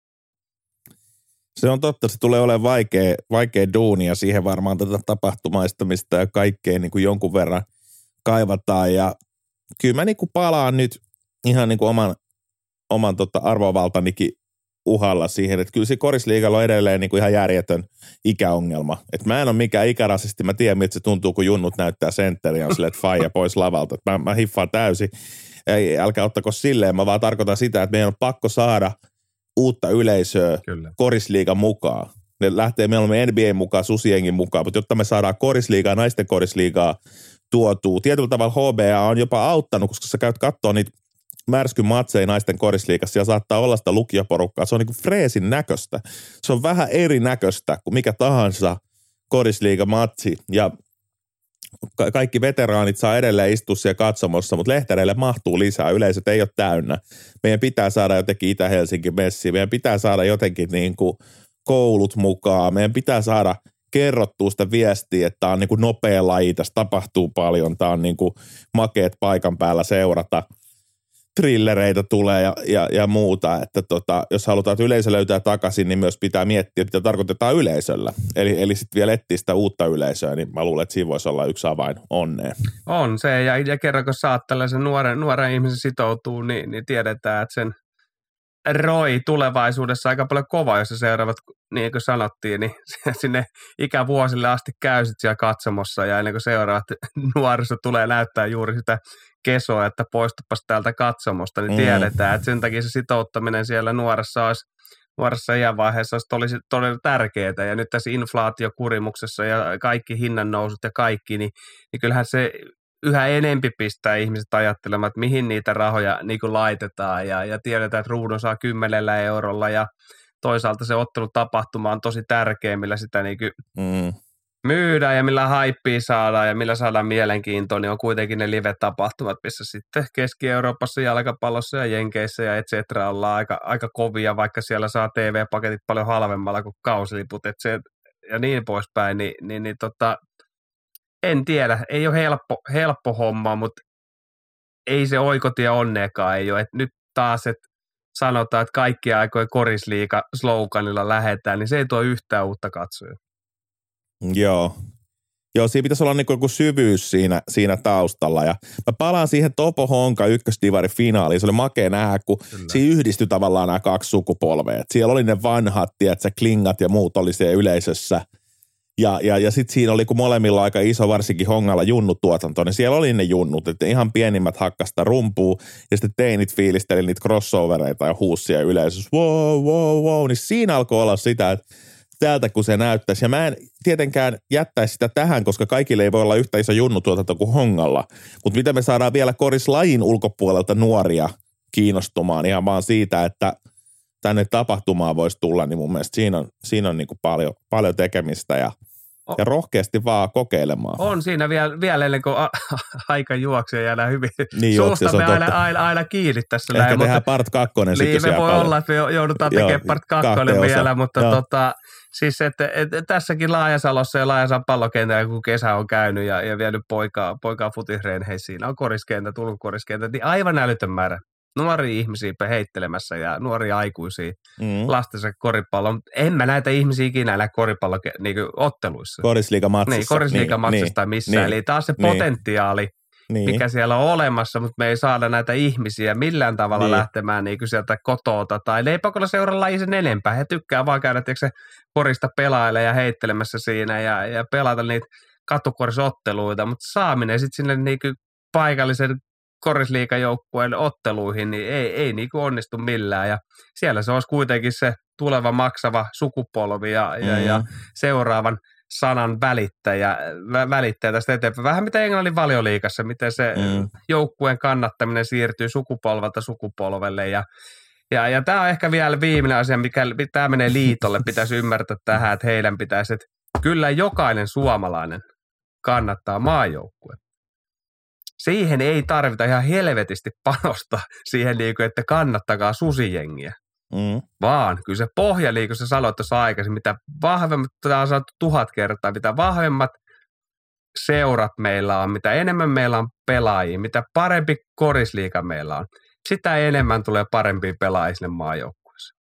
Se on totta, se tulee olemaan vaikea, vaikea duuni ja siihen varmaan tätä tapahtumaistamista ja kaikkea niin kuin jonkun verran kaivataan ja kyllä mä niin kuin palaan nyt ihan niin kuin oman, oman tota arvovaltanikin uhalla siihen, että kyllä se korisliigalla on edelleen niin kuin ihan järjetön ikäongelma. Että mä en ole mikään ikärasisti, mä tiedän, miltä se tuntuu, kun junnut näyttää sentteriä, on silleen, että faija pois lavalta. Mä, mä hiffaan täysin. Ei, älkää ottako silleen, mä vaan tarkoitan sitä, että meidän on pakko saada uutta yleisöä Kyllä. korisliigan mukaan. Ne lähtee, meillä on N B A mukaan, Susiengin mukaan, mutta jotta me saadaan korisliigaa, naisten korisliigaa tuotua. Tietyllä tavalla H B A on jopa auttanut, koska sä käyt katsoa niitä märskyn matseja naisten korisliigassa ja saattaa olla sitä lukijaporukkaa. Se on niin kuin freesin näköistä. Se on vähän eri näköistä kuin mikä tahansa korisliigamatsi ja ka- kaikki veteraanit saa edelleen istua siellä katsomossa, mutta lehtereille mahtuu lisää. Yleisöt ei ole täynnä. Meidän pitää saada jotenkin Itä-Helsinki messiin. Meidän pitää saada jotenkin niin kuin koulut mukaan. Meidän pitää saada kerrottua sitä viestiä, että tämä on niin kuin nopea laji, tässä tapahtuu paljon. Tämä on niin kuin makeet paikan päällä seurata. Trillereitä tulee ja, ja, ja muuta, että tota, jos halutaan, että yleisö löytää takaisin, niin myös pitää miettiä, mitä tarkoitetaan yleisöllä. Eli, eli sitten vielä etsiä sitä uutta yleisöä, niin mä luulen, että siinä voisi olla yksi avain onneen. On se, ja, ja kerran kun saat tällaisen nuoren, nuoren ihmisen sitoutuu, niin, niin tiedetään, että sen roi tulevaisuudessa aika paljon kova, jos se seuraavat, niin kuin sanottiin, niin sinne ikävuosille asti käy sit siellä katsomossa, ja ennen kuin seuraavat nuoriso tulee näyttää juuri sitä kesoa, että poistupas täältä katsomosta, niin tiedetään, että sen takia se sitouttaminen siellä nuoressa olisi, nuoressa iänvaiheessa olisi todella, todella tärkeää, ja nyt tässä inflaatiokurimuksessa ja kaikki hinnannousut ja kaikki, niin, niin kyllähän se yhä enempi pistää ihmiset ajattelemaan, että mihin niitä rahoja niin kuin laitetaan, ja, ja tiedetään, että ruudun saa kymmenellä eurolla, ja toisaalta se ottelutapahtuma on tosi tärkeä, millä sitä niin kuin mm. myydään ja millä haippia saadaan ja millä saadaan mielenkiintoa, niin on kuitenkin ne live-tapahtumat, missä sitten Keski-Euroopassa, jalkapallossa ja Jenkeissä ja et cetera ollaan aika, aika kovia, vaikka siellä saa T V-paketit paljon halvemmalla kuin kausiliput et cetera, ja niin poispäin, niin, niin, niin tota, en tiedä, ei ole helppo, helppo homma, mutta ei se oikotie onneekaan ei ole, että nyt taas, että sanotaan, että kaikki aikojen korisliiga sloganilla lähdetään, niin se ei tuo yhtään uutta katsoja. Joo. Joo, siinä pitäisi olla niin joku syvyys siinä, siinä taustalla. Ja mä palaan siihen Topo Honka ykkösdivari finaaliin. Se oli makea nähdä, kun Kyllä. siinä yhdistyi tavallaan nämä kaksi sukupolvea. Et siellä oli ne vanhat, tiedätkö, klingat ja muut oli siellä yleisössä. Ja, ja, ja sitten siinä oli, kun molemmilla aika iso, varsinkin Hongalla junnutuotanto, niin siellä oli ne junnut, että ihan pienimmät hakkasta rumpuu, ja sitten teinit fiilisteli niitä crossovereita ja huussia yleisössä, wow, wow, wow, niin siinä alkoi olla sitä, että täältä kun se näyttäisi. Ja mä en tietenkään jättäisi sitä tähän, koska kaikille ei voi olla yhtä iso junnutuotanto kuin Hongalla. Mutta miten me saadaan vielä korislajin ulkopuolelta nuoria kiinnostumaan ihan vaan siitä, että tänne tapahtumaan voisi tulla, niin mun mielestä siinä on, siinä on niin kuin paljon, paljon tekemistä ja, ja rohkeasti vaan kokeilemaan. On siinä vielä, vielä ennen kuin a- aika juoksee ja jäädään hyvin niin suustamme aina, aina, aina kiinni tässä. Ehkä näin, tehdään mutta, part kakkonen sitten. Niin me voi paljon olla, että me joudutaan tekemään part kakkonen vielä, mutta tota, siis että et, et, tässäkin Laajasalossa ja Laajasan pallokentällä, kun kesä on käynyt ja, ja vienyt poikaa, poikaa futisreenheissä, siinä on koriskentät, ulkokoriskentät, niin aivan älytön määrä nuoria ihmisiä heittelemässä ja nuoria aikuisia mm. lastensa koripallon. En mä näitä ihmisiä ikinä näe koripallo-otteluissa. Korisliigamatsissa. Niin, korisliigamatsissa niin, tai missään. Niin, Eli taas se niin, potentiaali, niin. mikä siellä on olemassa, mutta me ei saada näitä ihmisiä millään tavalla niin. lähtemään niin sieltä kotoota. Tai leipäkolla seuraa laji sen enempää. He tykkää vaan käydä se korista pelailla ja heittelemässä siinä ja, ja pelata niitä katukorisotteluita, mutta saaminen sitten sinne niin paikallisen korisliigajoukkueen otteluihin, niin ei, ei niin kuin onnistu millään. Ja siellä se olisi kuitenkin se tuleva maksava sukupolvi ja, mm. ja, ja seuraavan sanan välittäjä, välittäjä tästä eteenpäin. Vähän mitä Englannin Valioliigassa, miten se mm. joukkueen kannattaminen siirtyy sukupolvelta sukupolvelle. Ja, ja, ja tämä on ehkä vielä viimeinen asia, mikä tämä menee liitolle. Pitäisi ymmärtää tähän, että heidän pitäisi, että kyllä jokainen suomalainen kannattaa maajoukkuetta. Siihen ei tarvita ihan helvetisti panosta siihen, että kannattakaa susijengiä, mm. vaan kyllä se pohja, niin kuin sä sanoit tuossa aikaisin, mitä vahvemmat, tämä on sanottu tuhat kertaa, mitä vahvemmat seurat meillä on, mitä enemmän meillä on pelaajia, mitä parempi korisliiga meillä on, sitä enemmän tulee parempia pelaajia sinne maajoukkueessa.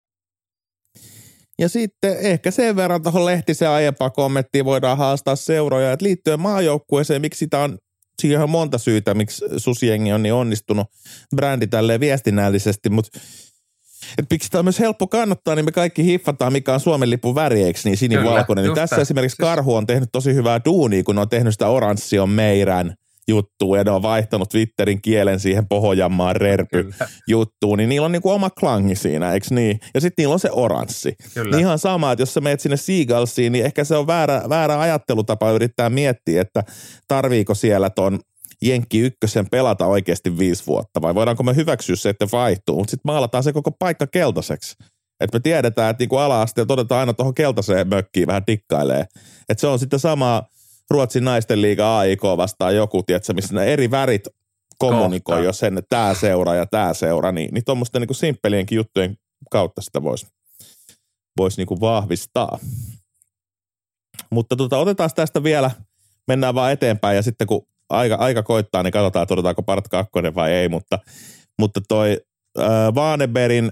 Ja sitten ehkä sen verran tuohon Lehtisen aiempaan kommenttiin voidaan haastaa seuroja, että liittyen maajoukkueeseen, miksi sitä on siihen on monta syytä, miksi susijengi on niin onnistunut brändi tälleen viestinnällisesti, mutta että miksi tämä on myös helppo kannattaa, niin me kaikki hiffataan, mikä on Suomen lipun väri, eikö niin sinivalkoinen. Niin tässä esimerkiksi Karhu on tehnyt tosi hyvää duunia, kun on tehnyt sitä oranssi on meirän juttua ja ne on vaihtanut Twitterin kielen siihen Pohjanmaan rerpy-juttuun, niin niillä on niinku oma klangi siinä, eikö niin? Ja sitten niillä on se oranssi. Niin ihan sama, että jos sä meet sinne Seagullsiin, niin ehkä se on väärä, väärä ajattelutapa yrittää miettiä, että tarviiko siellä ton Jenkki ykkösen pelata oikeasti viisi vuotta, vai voidaanko me hyväksyä se, että vaihtuu, mutta sitten maalataan se koko paikka keltaiseksi. Että me tiedetään, että niinku ala-asteella todetaan aina tuohon keltaiseen mökkiin vähän dikkailee. Että se on sitten sama Ruotsin naisten liiga A I K vastaan joku, tietsä, missä ne eri värit kommunikoi, Kohta. jos sen tää seura ja tää seura, niin, niin tuommoisten niinku simppelienkin juttujen kautta sitä voisi vois niinku vahvistaa. Mutta tota, otetaan tästä vielä, mennään vaan eteenpäin ja sitten kun aika, aika koittaa, niin katsotaan, että odotetaanko part kakkonen vai ei, mutta, mutta toi äh, Vanebergin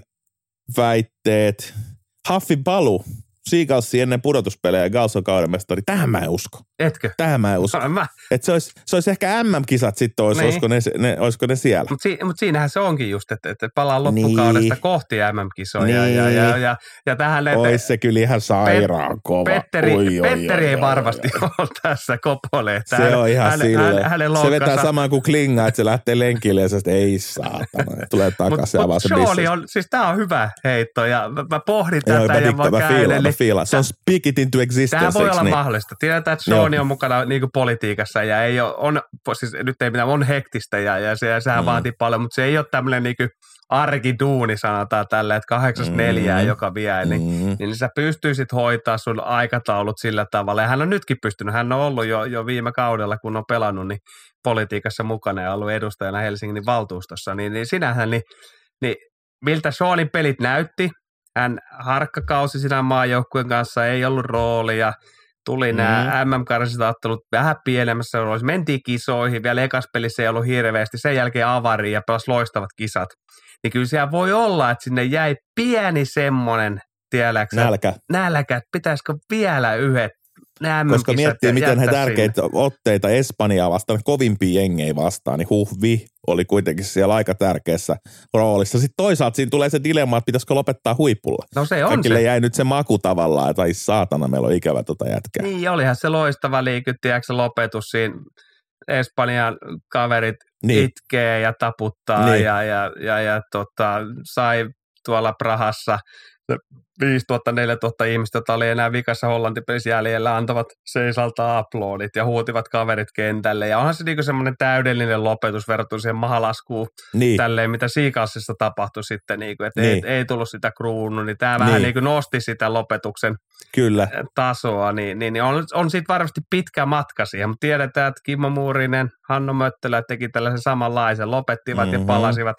väitteet, Huffin palu, Seagullsi ennen pudotuspelejä, Gals on kauden mestari. Tähän mä en usko.
Etkö?
Tähän mä en usko.
No, mä...
Että se olisi, se olisi ehkä M M-kisat sitten, olisi, niin. olisiko, ne, ne, olisiko ne siellä.
Mutta si, mut siinähän se onkin just, että, että palaa loppukaudesta niin. kohti M M-kisoja. Niin. Ja, ja, ja, ja tähän...
Ois se kyllä ihan sairaan Pet, kova.
Petteri, oi, oi, Petteri oi, ei oi, varmasti oi. ole tässä Kopole.
Se hän, on ihan silleen. Se vetää samaan kuin Klinga, että se lähtee lenkille ja se sitten ei saatana. Tulee takaisin ja avaa se bisnes.
On, siis tää on hyvä heitto ja mä, mä pohdin tätä ja, ja mä, mä
fiilaan, mä fiilaan. Se on speak it into existence.
Tämähän voi olla niin? mahdollista. Tiedetään, että Sean on mukana niin kuin politiikassa ja ei ole, on, siis nyt ei mitään, on hektistä ja, ja, se, ja sehän mm. vaatii paljon, mutta se ei ole tämmöinen niin kuin arkiduuni, sanotaan tällä, että kahdeksasta neljään mm. joka vie, niin, mm. niin sä pystyisit hoitaa sun aikataulut sillä tavalla. Ja hän on nytkin pystynyt, hän on ollut jo, jo viime kaudella, kun on pelannut niin politiikassa mukana ja ollut edustajana Helsingin valtuustossa, niin, niin sinähän, niin, niin miltä Seanin pelit näytti, hän harkkakausi siinä maajoukkueen kanssa ei ollut roolia, tuli mm. nämä M M-karsintaottelut vähän pienemmässä roolissa, mentiin kisoihin, vielä ekas pelissä ei ollut hirveästi, sen jälkeen avariin ja pelasi loistavat kisat. Niin kyllä siellä voi olla, että sinne jäi pieni semmoinen, tiedäksä,
nälkä.
nälkä, että pitäisikö vielä yhdet nämä M
Koska miettii, miten he tärkeitä sinne. otteita Espanjaa vastaan, kovimpia jengejä vastaan, niin Huhvi oli kuitenkin siellä aika tärkeässä roolissa. Sitten toisaalta siinä tulee se dilemma, että pitäisikö lopettaa huipulla.
No se on
Kaikille
se.
jäi nyt se maku tavallaan, että ai saatana, meillä on ikävä tota jätkää.
Niin, olihan se loistava liike, tiedätkö, lopetus siinä. Espanjan kaverit niin. itkee ja taputtaa niin. ja, ja, ja, ja tota, sai tuolla Prahassa viisituhatta neljätuhatta ihmistä, jotka oli enää vikassa Hollanti-pelissä jäljellä, antavat seisalta aplodit ja huutivat kaverit kentälle. Ja onhan se niinku semmoinen täydellinen lopetus verrattuna siihen mahalaskuun niin. tälleen, mitä Seagullsissa tapahtui sitten, niinku, että niin. ei, ei tullut sitä kruunua, niin tämä niin. vähän niinku nosti sitä lopetuksen Kyllä. tasoa. Niin, niin, niin on, on siitä varmasti pitkä matka siihen, mutta tiedetään, että Kimmo Muurinen, Hanno Möttölä teki tällaisen samanlaisen, lopettivat mm-hmm. ja palasivat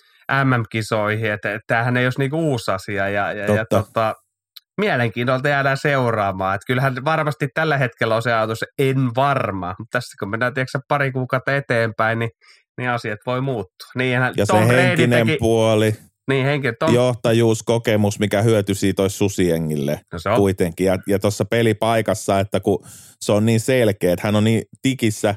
M M-kisoihin, että, että tämähän ei olisi niinku uusi asia ja, ja, ja tota, mielenkiinnolla jäädään seuraamaan. Että kyllähän varmasti tällä hetkellä on se ajatus, en varma, mutta tässä kun mennään tiedätkö, pari kuukautta eteenpäin, niin, niin asiat voi muuttua. Niinhän
ja
Tom
se henkinen teki, puoli,
niin, henkinen, Tom,
johtajuuskokemus, mikä hyötyi siitä olisi susijengille no kuitenkin. Ja, ja tuossa pelipaikassa, että kun se on niin selkeä, että hän on niin tikissä,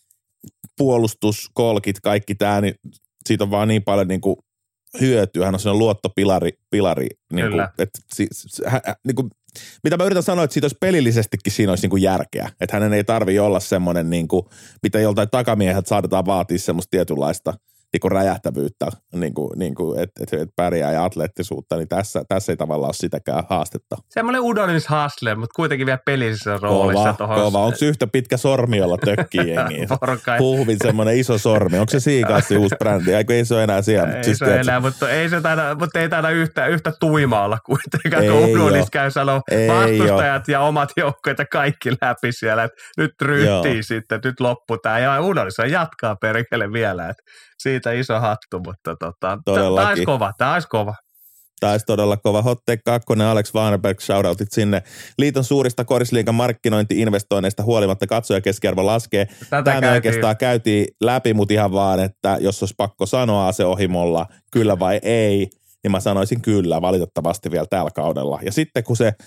puolustuskolkit, kaikki tämä, niin siitä on vaan niin paljon niin kuin hyötyä. Hän on sellainen luottopilari, pilari, niin kuin, että si, hä, niin kuin, mitä mä yritän sanoa, että siitä olisi pelillisestikin siinä olisi niin kuin järkeä. Että hänen ei tarvitse olla semmoinen, niin kuin, mitä joltain takamieheltä saadetaan vaatia semmoista tietynlaista niin kuin räjähtävyyttä, niin kuin, niin kuin, että et, et pärjää ja atleettisuutta, niin tässä, tässä ei tavallaan ole sitäkään haastetta.
Semmoinen Udonis Hassler, mutta kuitenkin vielä pelillisessä roolissa.
Kova,
tohon.
kova. Onko se yhtä pitkä sormi, jolla tökkii jengiin? Puhuvin semmoinen iso sormi. Onko se Seagullsin uusi brändi? Eikö ei se ole enää siellä?
Ei
siis
se ole enää, mutta ei se taida, mutta ei taida yhtä, yhtä tuima olla kuitenkaan, kun Udonis käy sanoo vastustajat ja omat joukkoet ja kaikki läpi siellä, että nyt ryhtii sitten, nyt loppu tämä. Ja Udonis jatkaa perkele vielä, että siitä iso hattu, mutta tota, tämä olisi kova, tämä olisi kova.
Tämä olisi todella kova. Hotte kakkonen, Alex Vaneberg, shoutoutit sinne. Liiton suurista korisliigan markkinointi-investoinneista huolimatta katsojakeskiarvo laskee. Tätä Tämä me oikeastaan käytiin läpi, mutta ihan vaan, että jos olisi pakko sanoa aseohimolla kyllä vai ei, niin mä sanoisin kyllä valitettavasti vielä tällä kaudella. Ja sitten kun se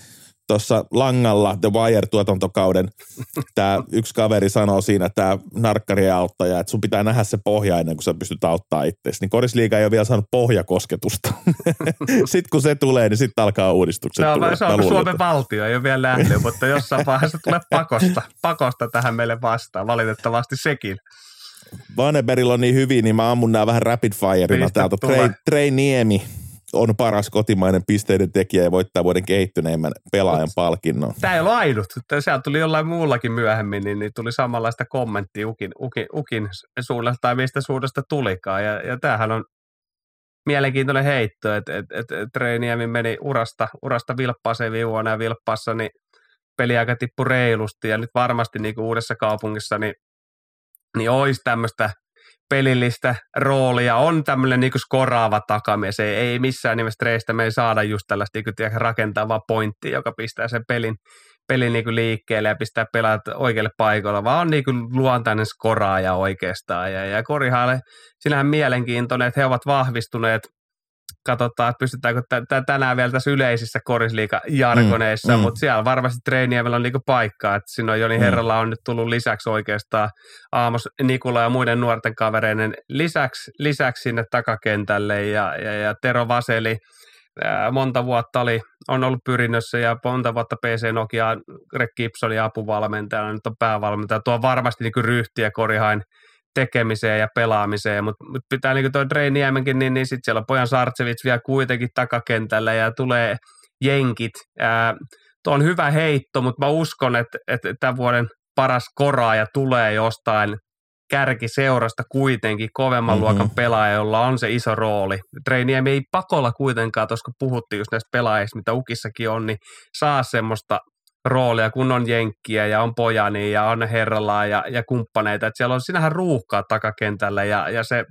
tuossa langalla The Wire-tuotantokauden tämä yksi kaveri sanoo siinä, tämä narkkarien auttaja, että sun pitää nähdä se pohja ennen kuin sä pystyt auttaa itseäsi. Niin Korisliiga ei ole vielä saanut pohjakosketusta. Sitten kun se tulee, niin sitten alkaa uudistukset
no,
tulla.
Se on Suomen valtio, ei ole vielä nähnyt, mutta jossain vaiheessa tulee pakosta, pakosta tähän meille vastaan. Valitettavasti sekin.
Vannebergilla on niin hyvin, niin mä ammun nää vähän rapid fireina täältä. Trey, Trey Niemi on paras kotimainen pisteiden tekijä ja voittaa vuoden kehittyneimmän pelaajan palkinnon.
Tämä ei ole ainut. Sehän tuli jollain muullakin myöhemmin, niin, niin tuli samanlaista kommenttia Ukin, Ukin, Ukin suunnasta tai mistä suunnasta tulikaan. Ja, ja tämähän on mielenkiintoinen heitto, että et, et, et Trey Niemi meni urasta, urasta vilppaaseen viuona ja vilppaassa, niin peliaika tippui reilusti ja nyt varmasti niin kuin Uudessa Kaupungissa niin, niin olisi tämmöistä pelillistä roolia, on tämmöinen niinku skoraava takamies, ei, ei missään nimessä Treistä me ei saada just tällaista niinku rakentavaa pointtia, joka pistää sen pelin, pelin niinku liikkeelle ja pistää pelaat oikealle paikoilla, vaan on niinku luontainen skoraaja oikeastaan. Ja, ja Korihalle, sinähän mielenkiintoinen, että he ovat vahvistuneet. Katsotaan, että pystytäänkö t- tänään vielä tässä yleisissä korisliiga-jargoneissa, mm, mm. mutta siellä varmasti Treiniävellä on niinku paikkaa, että siinä on Joni mm. Herralla on nyt tullut lisäksi oikeastaan Aamos Nikula ja muiden nuorten kavereiden lisäksi, lisäksi sinne takakentälle ja, ja, ja Tero Vaseli ää, monta vuotta oli, on ollut pyrinnössä ja monta vuotta P C Nokia, Greg Gibson ja apuvalmentajana, nyt on päävalmentaja, tuo varmasti niinku ryhtiä Korihain tekemiseen ja pelaamiseen, mutta mut pitää niin kuin toi Trey Niemenkin, niin, niin sitten siellä on Pojan Sartsevits vielä kuitenkin takakentällä ja tulee jenkit. Ää, tuo on hyvä heitto, mutta mä uskon, että, että tämän vuoden paras koraaja tulee jostain kärkiseurasta kuitenkin kovemman mm-hmm. luokan pelaaja, jolla on se iso rooli. Trey Niemi ei pakolla kuitenkaan, koska puhuttiin just näistä pelaajista, mitä Ukissakin on, niin saa semmoista roolia, kun on jenkkiä ja on Pojani ja on Herralaa ja, ja kumppaneita. Et siellä on sinähän ruuhkaa takakentällä ja, ja se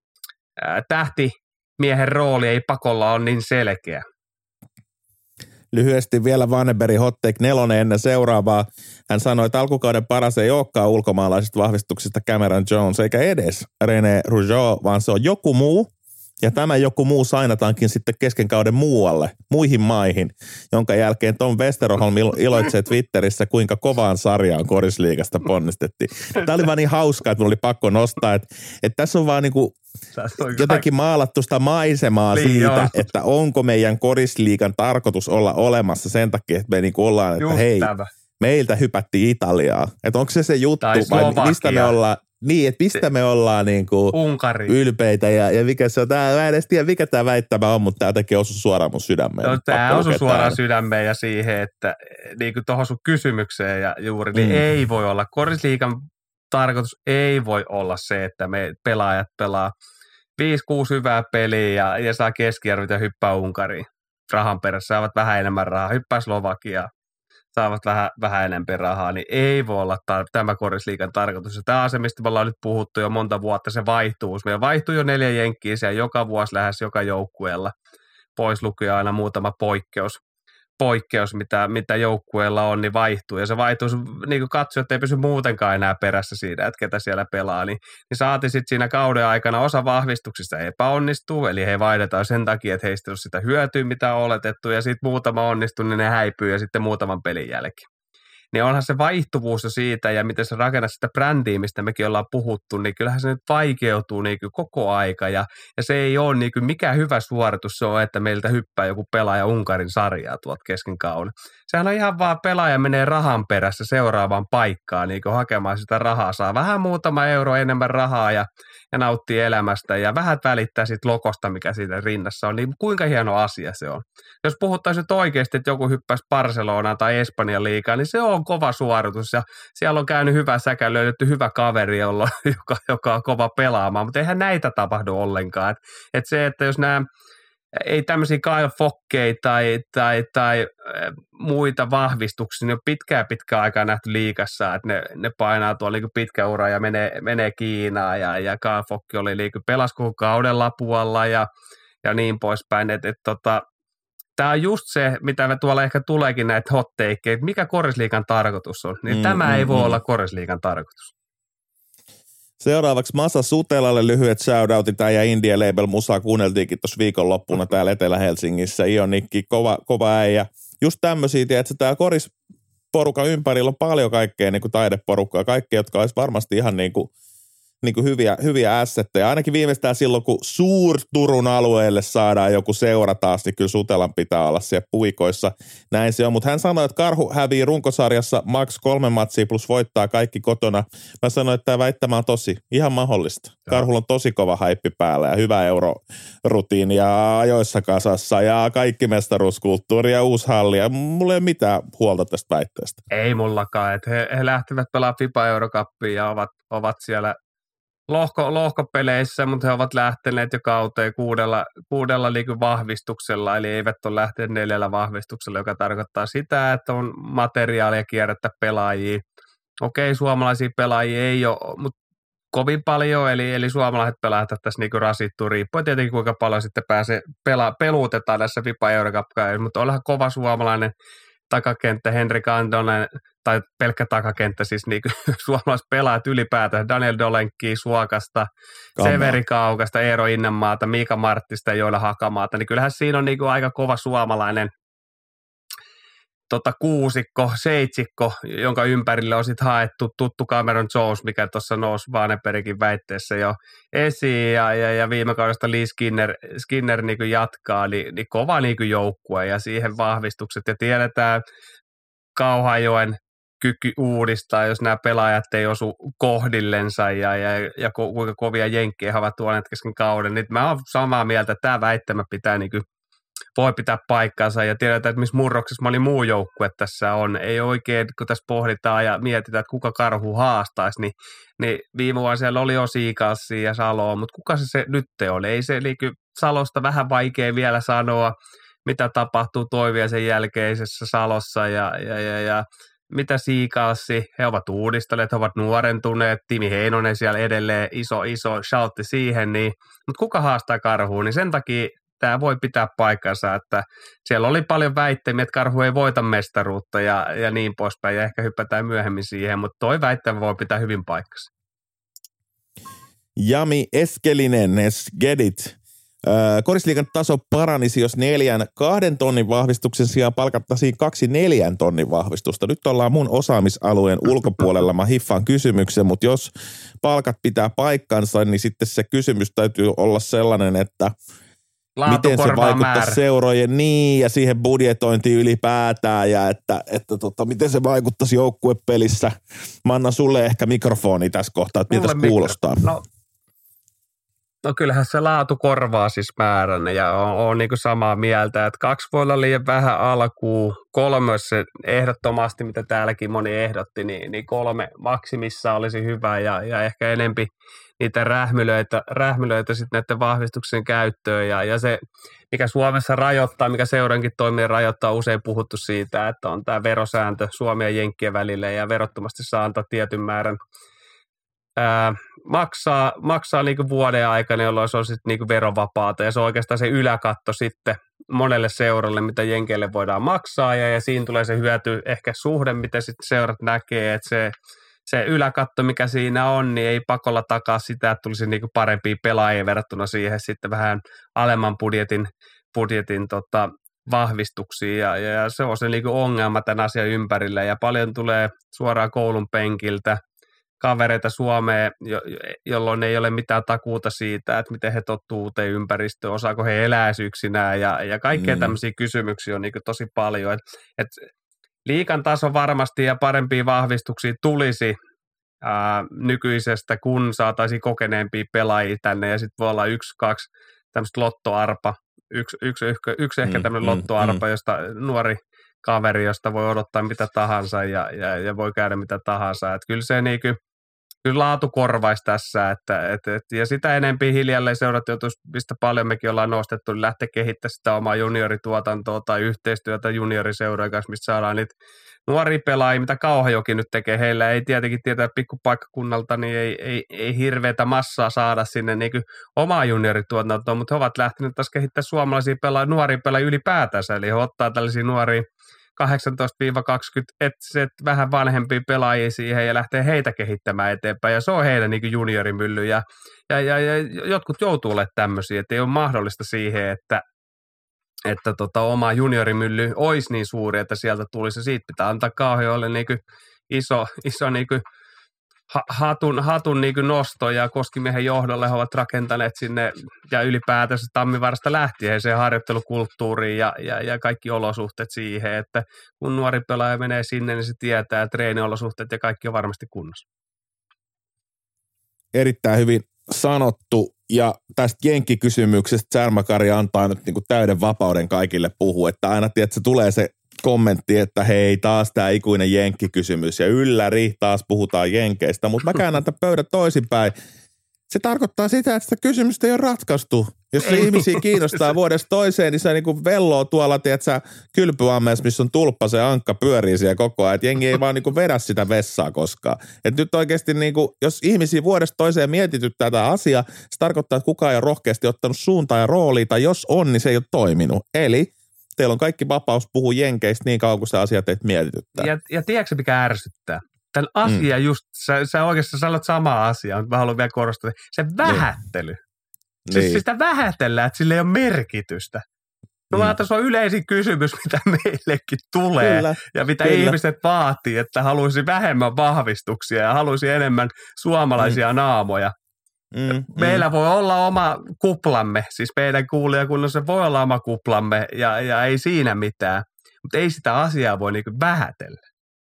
ää, tähtimiehen rooli ei pakolla ole niin selkeä.
Lyhyesti vielä Vannebergin hot take nelonen ennen seuraavaa. Hän sanoi, että alkukauden paras ei olekaan ulkomaalaisista vahvistuksista Cameron Jones eikä edes René Rougeau, vaan se on joku muu. Ja tämä joku muu sainataankin sitten kesken kauden muualle, muihin maihin, jonka jälkeen Tom Westerholm iloitsee Twitterissä, kuinka kovaan sarjaan Korisliigasta ponnistettiin. Tämä oli vaan niin hauskaa, että mulla oli pakko nostaa, että, että tässä on vaan niin kuin jotenkin maalattu sitä maisemaa niin siitä, on. Että onko meidän Korisliigan tarkoitus olla olemassa sen takia, että me niin kuin ollaan, että Just hei, tämä. meiltä hypättiin Italiaa. Että onko se se juttu vai mistä me ollaan? Niin, että mistä me ollaan niin kuin ylpeitä ja, ja mikä se on. Tää, mä en edes tiedä, mikä tämä väittämä on, mutta tämä tekee osu suoraan mun sydämeen.
No, tämä osu suoraan sydämeen ja siihen, että niin kuin tuohon sun kysymykseen ja juuri, niin mm. ei voi olla. Korisliigan tarkoitus ei voi olla se, että me pelaajat pelaa viisi kuusi hyvää peliä ja, ja saa keskiarvot ja hyppää Unkariin. Rahan perässä saavat vähän enemmän rahaa, hyppää Slovakiaan. Saavat vähän, vähän enemmän rahaa, niin ei voi olla tar- tämä Korisliigan tarkoitus. Ja tämä on se, mistä me ollaan nyt puhuttu jo monta vuotta, se vaihtuus. Meillä vaihtuu jo neljä jenkkiä siellä joka vuosi lähes joka joukkueella. Pois lukee aina muutama poikkeus, poikkeus mitä, mitä joukkueella on, niin vaihtuu. Ja se vaihtuu, niin kuin katsojat ei pysy muutenkaan enää perässä siinä, että ketä siellä pelaa. Niin, niin saatiin sitten siinä kauden aikana osa vahvistuksista epäonnistuu, eli he vaihdetaan sen takia, että heistä ei ole sitä hyötyä, mitä on oletettu, ja sitten muutama onnistuu, niin ne häipyy, ja sitten muutaman pelin jälkeen. Niin onhan se vaihtuvuus jo siitä, ja miten se rakennat sitä brändiä, mistä mekin ollaan puhuttu, niin kyllähän se nyt vaikeutuu niin kuin koko aika, ja, ja se ei ole niin kuin mikä hyvä suoritus se on, että meiltä hyppää joku pelaaja Unkarin sarjaa tuolta kesken kauden. Sehän on ihan vaan pelaaja menee rahan perässä seuraavaan paikkaan, niin kuin hakemaan sitä rahaa, saa vähän muutama euro enemmän rahaa, ja, ja nauttii elämästä, ja vähän välittää siitä lokosta, mikä siitä rinnassa on, niin kuinka hieno asia se on. Jos puhuttaisiin nyt oikeasti, että joku hyppäisi Barcelonaan tai Espanjan liigaan, niin se on kova suoritus ja siellä on käynyt hyvä säkä, löydetty hyvä kaveri, jolla, joka, joka on kova pelaamaan, mutta eihän näitä tapahdu ollenkaan. Et, et se, että jos nämä ei tämmöisiä Kyle Fockkeja tai, tai, tai muita vahvistuksia, niin on pitkää pitkää aikaa nähty liigassa, että ne, ne painaa tuolla niin pitkä ura ja menee, menee Kiinaan ja, ja Kyle Fockke oli liiku pelasi koko kauden lapualla ja, ja niin poispäin, että et, tota, tämä on just se, mitä me tuolla ehkä tuleekin näitä hot takeja, että mikä Korisliigan tarkoitus on. Niin mm, tämä mm, ei voi mm. olla Korisliigan tarkoitus.
Seuraavaksi Masa Sutelalle lyhyet shoutoutit. Tämä ja Indie Label musaa kuunneltiinkin tuossa viikonloppuna täällä Etelä-Helsingissä. Ionikki, kova, kova äijä. just tämmöisiä, että tämä korisporukan ympärillä on paljon kaikkea niin kuin taideporukkaa, kaikkea, jotka olisi varmasti ihan niin kuin niin kuin hyviä, hyviä assetteja. Ainakin viimeistään silloin, kun Suur-Turun alueelle saadaan joku seura taas, niin kyllä Sutelan pitää olla siellä puikoissa. Näin se on, mutta hän sanoi, että Karhu hävii runkosarjassa maks kolme matsia plus voittaa kaikki kotona. Mä sanoin, että tämä väittämä on tosi, ihan mahdollista. Karhulla on tosi kova haippi päällä ja hyvä eurorutiini ja ajoissa kasassa ja kaikki mestaruuskulttuuri ja uusi halli. Ja mulla ei ole mitään huolta tästä väitteestä.
Ei mullakaan, että he, he lähtevät pelaamaan FIFA Eurocuppia ja ovat, ovat siellä Lohko, lohkopeleissä, mutta he ovat lähteneet jo kauteen kuudella, kuudella vahvistuksella, eli eivät ole lähteneet neljällä vahvistuksella, joka tarkoittaa sitä, että on materiaalia kierrättä pelaajia. Okei, suomalaisia pelaajia ei ole, mutta kovin paljon, eli, eli suomalaiset pelaajat tässä niin rasittuu, riippuen tietenkin kuinka paljon sitten pääsee pela, peluutetaan näissä FIFA Eurocup-käissä, mutta onhan kova suomalainen takakenttä, Henrik Andonen, tai pelkkä takakenttä, siis niin suomalaiset pelaajat ylipäätään, Daniel Dolenki Suokasta, Kama. Severi Kaukasta, Eero Innenmaata, Miika Marttista ja Joila Hakamaata, niin kyllähän siinä on niin kuin aika kova suomalainen tota, kuusikko, seitsikko, jonka ympärille on sitten haettu tuttu Cameron Jones, mikä tuossa nousi Vanenbergin väitteessä jo esiin, ja, ja, ja viime kaudesta Lee Skinner, Skinner niin kuin jatkaa, niin, niin kova niin kuin joukkue, ja siihen vahvistukset, ja tiedetään Kauhajoen kyky uudistaa, jos nämä pelaajat ei osu kohdillensa ja, ja, ja kuinka kovia jenkkejä he ovat tuoneet kesken kauden. Niin mä oon samaa mieltä, että tämä väittämä pitää niin kuin, voi pitää paikkansa ja tiedetään, että missä murroksessa moni muu joukkue tässä on. Ei oikein, kun tässä pohditaan ja mietitään, että kuka Karhu haastaisi, niin, niin viime vuonna siellä oli jo Siikalsia ja Saloa, mutta kuka se, se nyt oli? Ei se niin Salosta vähän vaikea vielä sanoa, mitä tapahtuu Toiviaisen jälkeisessä Salossa ja, ja, ja, ja mitä Siikalsi, he ovat uudistaneet, he ovat nuorentuneet, Timi Heinonen siellä edelleen, iso, iso shoutti siihen, niin, mutta kuka haastaa Karhuun, niin sen takia tämä voi pitää paikkansa, että siellä oli paljon väittämiä, että Karhu ei voita mestaruutta ja, ja niin poispäin, ja ehkä hypätään myöhemmin siihen, mutta toi väittämä voi pitää hyvin paikkansa.
Jami Eskelinen, Eskedit. Korisliigan taso paranisi, jos neljän kahden tonnin vahvistuksen sijaan palkattaisiin kaksi neljän tonnin vahvistusta. Nyt ollaan mun osaamisalueen ulkopuolella. Mä hiffaan kysymyksen, mutta jos palkat pitää paikkansa, niin sitten se kysymys täytyy olla sellainen, että laatu miten se vaikuttaa määrä seurojen niin ja siihen budjetointiin ylipäätään ja että, että tota, miten se vaikuttaisi joukkuepelissä. Mä annan sulle ehkä mikrofoni tässä kohtaa, että miltä se kuulostaa.
No. No kyllähän se laatu korvaa siis määrän ja on, on niin kuin samaa mieltä, että kaksi voi olla liian vähän alkuun, kolme se ehdottomasti, mitä täälläkin moni ehdotti, niin, niin kolme maksimissa olisi hyvä ja, ja ehkä enempi niitä rähmylöitä, rähmylöitä sitten näiden vahvistuksen käyttöön ja, ja se, mikä Suomessa rajoittaa, mikä seurankin toimii rajoittaa, usein puhuttu siitä, että on tämä verosääntö Suomen ja Jenkkien välillä ja verottomasti saa antaa tietyn määrän Ää, maksaa, maksaa niinku vuoden aikana, jolloin se on sitten niinku verovapaata ja se on oikeastaan se yläkatto sitten monelle seuralle, mitä jenkeille voidaan maksaa ja, ja siinä tulee se hyöty, ehkä suhde, mitä sitten seurat näkee, että se, se yläkatto, mikä siinä on, niin ei pakolla takaa sitä, että tulisi niinku parempia pelaajia verrattuna siihen sitten vähän alemman budjetin, budjetin tota, vahvistuksia ja, ja se on se niinku ongelma tämän asian ympärillä ja paljon tulee suoraan koulun penkiltä kavereita Suomeen, jo, jolloin ei ole mitään takuuta siitä, että miten he tottuu uuteen ympäristöön, osaako he elää yksinään ja, ja kaikkea mm. tämmöisiä kysymyksiä on niin tosi paljon. Et, et liigan taso varmasti ja parempia vahvistuksia tulisi ää, nykyisestä, kun saataisiin kokeneempia pelaajia tänne ja sitten voi olla yksi, kaksi tämmöistä lottoarpa, yksi, yksi, yksi, yksi ehkä tämmöinen mm, lottoarpa, mm. josta nuori kaveri, josta voi odottaa mitä tahansa ja, ja, ja voi käydä mitä tahansa. Et kyllä se niinku, kyllä laatu korvaisi tässä, että, et, et, ja sitä enempi hiljalleen seurat joutuisi, mistä paljon mekin ollaan nostettu, niin lähteä kehittämään sitä omaa juniorituotantoa tai yhteistyötä junioriseurojen kanssa, mistä saadaan niitä nuoria pelaajia, mitä Kauhajoki nyt tekee. Heillä ei tietenkin tietää pikkupaikkakunnalta, niin ei, ei, ei hirveätä massaa saada sinne niin omaa juniorituotantoa, mutta he ovat lähteneet taas kehittämään suomalaisia pelaajia, nuoria pelaajia ylipäätänsä, eli he ottaa tällaisia nuoria kahdeksantoista kaksikymmentä, että et vähän vanhempia pelaajia siihen ja lähtee heitä kehittämään eteenpäin. Ja se on heidän niin juniorimylly. Ja, ja, ja, ja jotkut joutuu olemaan tämmöisiä, että ei ole mahdollista siihen, että että tota, oma juniorimylly olisi niin suuri, että sieltä tulisi. Siitä pitää antaa Kauhajoelle niin iso, iso niin hatun, hatun niin nosto ja Koskimiehen johdolle he ovat rakentaneet sinne ja ylipäätänsä Tammivaarasta lähtien se harjoittelukulttuuriin ja, ja, ja kaikki olosuhteet siihen, että kun nuori pelaaja menee sinne, niin se tietää, että treeniolosuhteet ja kaikki on varmasti kunnossa.
Erittäin hyvin sanottu. Ja tästä jenkkikysymyksestä Särmäkari antaa nyt niinku täyden vapauden kaikille puhua, että aina tiedät, se tulee se kommentti, että hei, taas tämä ikuinen jenkkikysymys ja ylläri, taas puhutaan jenkeistä, mutta mä käännän tämän pöydän toisinpäin. Se tarkoittaa sitä, että sitä kysymystä ei ole ratkaistu. Jos se ihmisiä kiinnostaa vuodesta toiseen, niin se niinku velloo tuolla, tiedätkö, kylpyammeessa, missä on tulppa, se ankka pyörii siellä koko ajan. Että jengi ei vaan niinku vedä sitä vessaa koskaan. Et nyt oikeasti, niinku, jos ihmisiä vuodesta toiseen mietityttää tätä asiaa, se tarkoittaa, että kukaan ei ole rohkeasti ottanut suuntaa ja roolia, tai jos on, niin se ei ole toiminut. Eli teillä on kaikki vapaus puhua jenkeistä niin kauan, kun se asia teitä mietityttää.
Ja, ja tiedätkö, mikä ärsyttää? Tämän asia mm. just, sä, sä oikeastaan sanot samaa asiaa, mutta mä haluan vielä korostaa, se vähättely. Niin. Siis niin. Sitä vähätellään, että sillä ei ole merkitystä. No mm. tässä on yleisin kysymys, mitä meillekin tulee kyllä, ja mitä kyllä. ihmiset vaatii, että haluaisi vähemmän vahvistuksia ja haluaisi enemmän suomalaisia mm. naamoja. Mm, Meillä mm. voi olla oma kuplamme, siis meidän kuulijakunnassa voi olla oma kuplamme ja, ja ei siinä mitään, mutta ei sitä asiaa voi niinku vähätellä.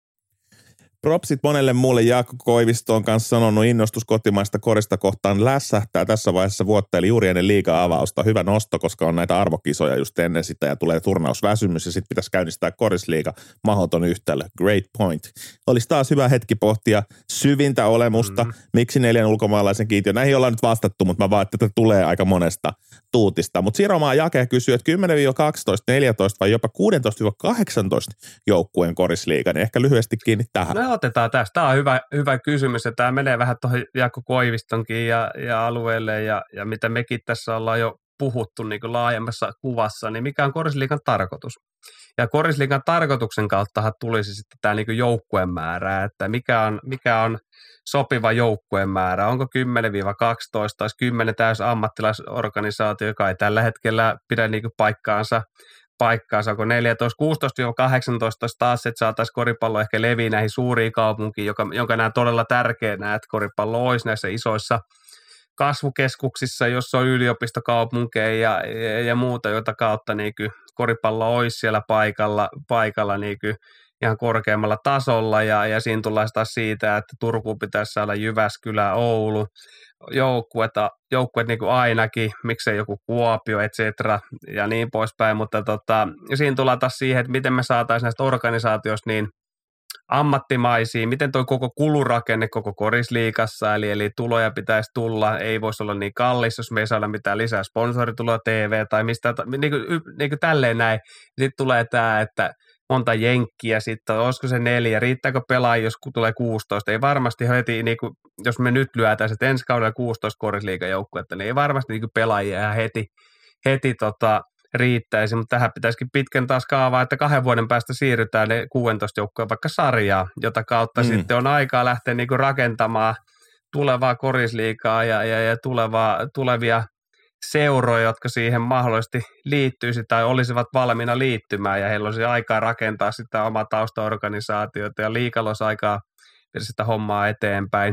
Propsit monelle muulle. Jaakko Koivisto on kanssa sanonut, innostus kotimaista korista kohtaan lässähtää tässä vaiheessa vuotta, eli juuri ennen liiga-avausta. Hyvä nosto, koska on näitä arvokisoja just ennen sitä ja tulee turnausväsymys ja sitten pitäisi käynnistää korisliiga. Mahdoton yhtälö. Great point. Olisi taas hyvä hetki pohtia syvintä olemusta. Mm. Miksi neljän ulkomaalaisen kiintiö? Näihin ollaan nyt vastattu, mutta mä vaan, että tätä tulee aika monesta tuutista. Mutta Siromaa Jake kysyy, että kymmenen kaksitoista, neljätoista vai jopa kuusitoista kahdeksantoista joukkueen korisliiga, niin ehkä lyhyesti kiinni tähän.
No otetaan tästä. Tämä on hyvä, hyvä kysymys ja tämä menee vähän tuohon Jaakko Koivistonkin ja, ja alueelle ja, ja mitä mekin tässä ollaan jo puhuttu niin kuin laajemmassa kuvassa, niin mikä on korisliigan tarkoitus? Ja korisliigan tarkoituksen kauttahan tulisi sitten tämä niin kuin joukkueen määrä, että mikä on, mikä on sopiva joukkueen määrä, onko kymmenen kaksitoista tai kymmenen täys ammattilaisorganisaatio, joka ei tällä hetkellä pidä niin kuin paikkaansa, paikkaansa, onko neljätoista kuusitoista kahdeksantoista taas, että saataisiin koripallo ehkä leviä näihin suuriin kaupunkiin, joka, jonka näen todella tärkeänä, että koripallo olisi näissä isoissa kasvukeskuksissa, jossa on yliopistokaupunkeja ja, ja, ja muuta, jota kautta niin kuin koripallo olisi siellä paikalla, paikalla niin kuin ihan korkeammalla tasolla ja, ja siinä tullaan taas siitä, että Turkuun pitäisi saada Jyväskylä, Oulu, joukkuet, joukkuet niin kuin ainakin, miksei joku Kuopio, et cetera ja niin poispäin, mutta tota, ja siinä tullaan taas siihen, että miten me saataisiin näistä organisaatioista niin ammattimaisia, miten tuo koko kulurakenne koko korisliigassa, eli, eli tuloja pitäisi tulla, ei voisi olla niin kallis, jos me ei saada mitään lisää sponsorituloa, T V tai mistä, niin kuin, niin kuin tälleen näin. Sitten tulee tämä, että monta jenkkiä sitten, olisiko se neljä, riittääkö pelaajia, jos tulee kuusitoista, ei varmasti heti, niin kuin, jos me nyt lyötäisiin, että ensi kaudella kuusitoista korisliigajoukkuetta, niin ei varmasti niin kuin pelaajia heti, heti tota, riittäisi, mutta tähän pitäisikin pitkän taas kaavaa, että kahden vuoden päästä siirrytään ne kuusitoista joukkoja vaikka sarjaa, jota kautta mm. sitten on aikaa lähteä niin kuin rakentamaan tulevaa korisliigaa ja, ja, ja tulevaa, tulevia seuroja, jotka siihen mahdollisesti liittyisi tai olisivat valmiina liittymään ja heillä olisi aikaa rakentaa sitä omaa taustaorganisaatiota ja liigalla olisi aikaa viedä sitä hommaa eteenpäin.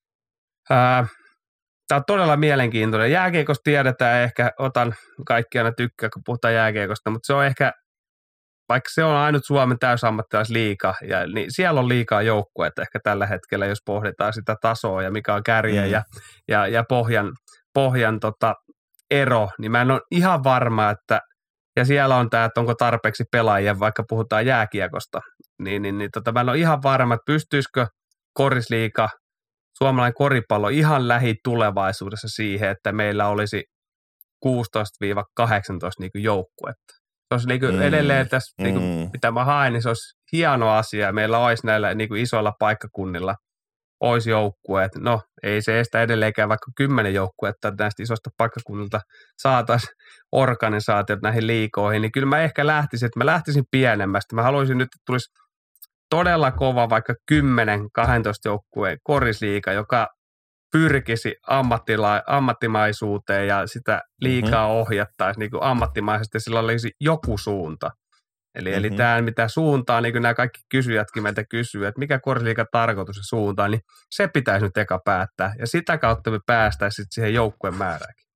Ää, Tämä on todella mielenkiintoinen. Jääkiekosta tiedetään ehkä, otan kaikki aina tykkää, kun puhutaan jääkiekosta, mutta se on ehkä, vaikka se on ainut Suomen täysammattilaisliiga, ja niin siellä on liikaa joukkueita ehkä tällä hetkellä, jos pohditaan sitä tasoa ja mikä on kärjen mm. ja, ja, ja pohjan, pohjan tota, ero, niin mä en ole ihan varma, että, ja siellä on tämä, että onko tarpeeksi pelaajia, vaikka puhutaan jääkiekosta, niin, niin, niin tota, mä en ole ihan varma, että pystyisikö korisliiga, suomalainen koripallo ihan lähitulevaisuudessa siihen, että meillä olisi kuusitoista kahdeksantoista niin joukkuetta. Se olisi niin mm, edelleen tässä, mm. niin kuin, mitä mä haen, niin se olisi hieno asia. Meillä olisi näillä niin kuin isoilla paikkakunnilla olisi joukkueet. No, ei se estä edelleenkään vaikka kymmenen joukkuetta näistä isoista paikkakunnilta saataisiin organisaatiot näihin liikoihin. Niin kyllä mä ehkä lähtisin, että mä lähtisin pienemmästä. Mä haluaisin nyt, että tulisi todella kova vaikka kymmenen kaksitoista joukkueen korisliiga, joka pyrkisi ammattila- ammattimaisuuteen ja sitä liikaa mm-hmm. ohjattaisiin niin kuin ammattimaisesti, sillä olisi joku suunta. Eli, mm-hmm. eli tämä, mitä suuntaa, niin kuin nämä kaikki kysyjätkin meiltä kysyy, että mikä korisliigan tarkoitus ja suunta, niin se pitäisi nyt eka päättää. Ja sitä kautta me päästäisiin siihen joukkueen määrääkin.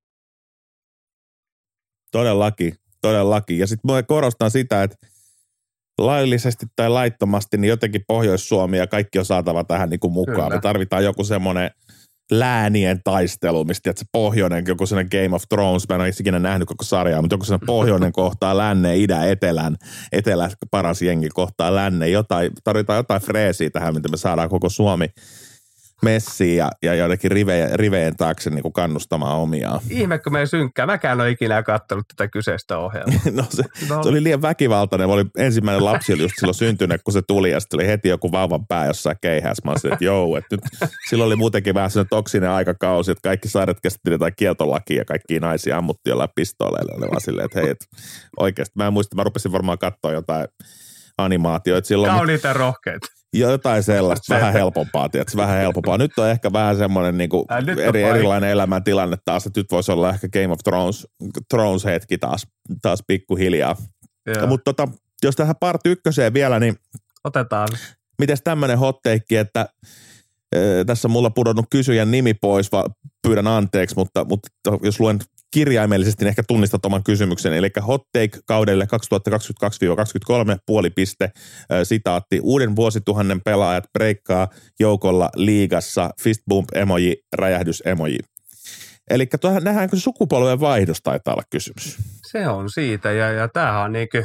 Todellakin, todellakin. Ja sitten mä korostan sitä, että laillisesti tai laittomasti, niin jotenkin Pohjois-Suomi ja kaikki on saatava tähän niin kuin mukaan. Kyllä. Me tarvitaan joku semmoinen läänien taistelu, mistä tiedät, se pohjoinen, joku sellainen Game of Thrones, mä en ole ikinä nähnyt koko sarjaa, mutta joku sellainen pohjoinen kohtaa lännen, idän, etelän, etelä paras jengi kohtaa lännen, jotain, tarvitaan jotain freesiä tähän, mitä me saadaan koko Suomi messiin ja, ja joidenkin riveen, riveen taakse niin kuin kannustamaan omiaan.
Ihme, kun me ei synkkää. Mäkään en ole ikinä katsonut tätä kyseistä ohjelmaa.
no, se, no se oli liian väkivaltainen. Mä olin ensimmäinen lapsi oli just silloin syntynyt, kun se tuli ja sitten oli heti joku vauvan pää jossain keihässä. Mä olisin, että joo, että nyt silloin oli muutenkin vähän sellainen toksinen aikakausi, että kaikki saaret käsitteli jotain kieltolakia ja kaikkia naisia ammuttiin jollain pistooleilla. Ne vaan silleen, että hei, että oikeasti. Mä en muista, mä rupesin varmaan katsoa jotain animaatioita silloin.
Kauniita ja rohkeita.
Jotain sellaista, vähän helpompaa, tiedätkö, vähän helpompaa. Nyt on ehkä vähän semmoinen niin kuin eri, erilainen elämäntilanne taas, että nyt voisi olla ehkä Game of Thrones, Thrones hetki taas, taas pikkuhiljaa. Mutta tota, jos tähän part ykköseen vielä, niin
otetaan.
Mites tämmöinen hotteikki, että äh, tässä on mulla pudonnut kysyjän nimi pois, vaan pyydän anteeksi, mutta, mutta jos luen kirjaimellisesti, niin ehkä tunnistat oman kysymyksen. Eli hot take kaudelle kaksituhattakaksikymmentäkaksi kaksikymmentäkolme, puoli piste, äh, sitaatti. Uuden vuosituhannen pelaajat breikkaa joukolla liigassa, fist bump emoji, räjähdys emoji. Eli tuohon nähdäänkö sukupolven vaihdos taitaa olla kysymys?
Se on siitä, ja, ja tämähän on niinkö,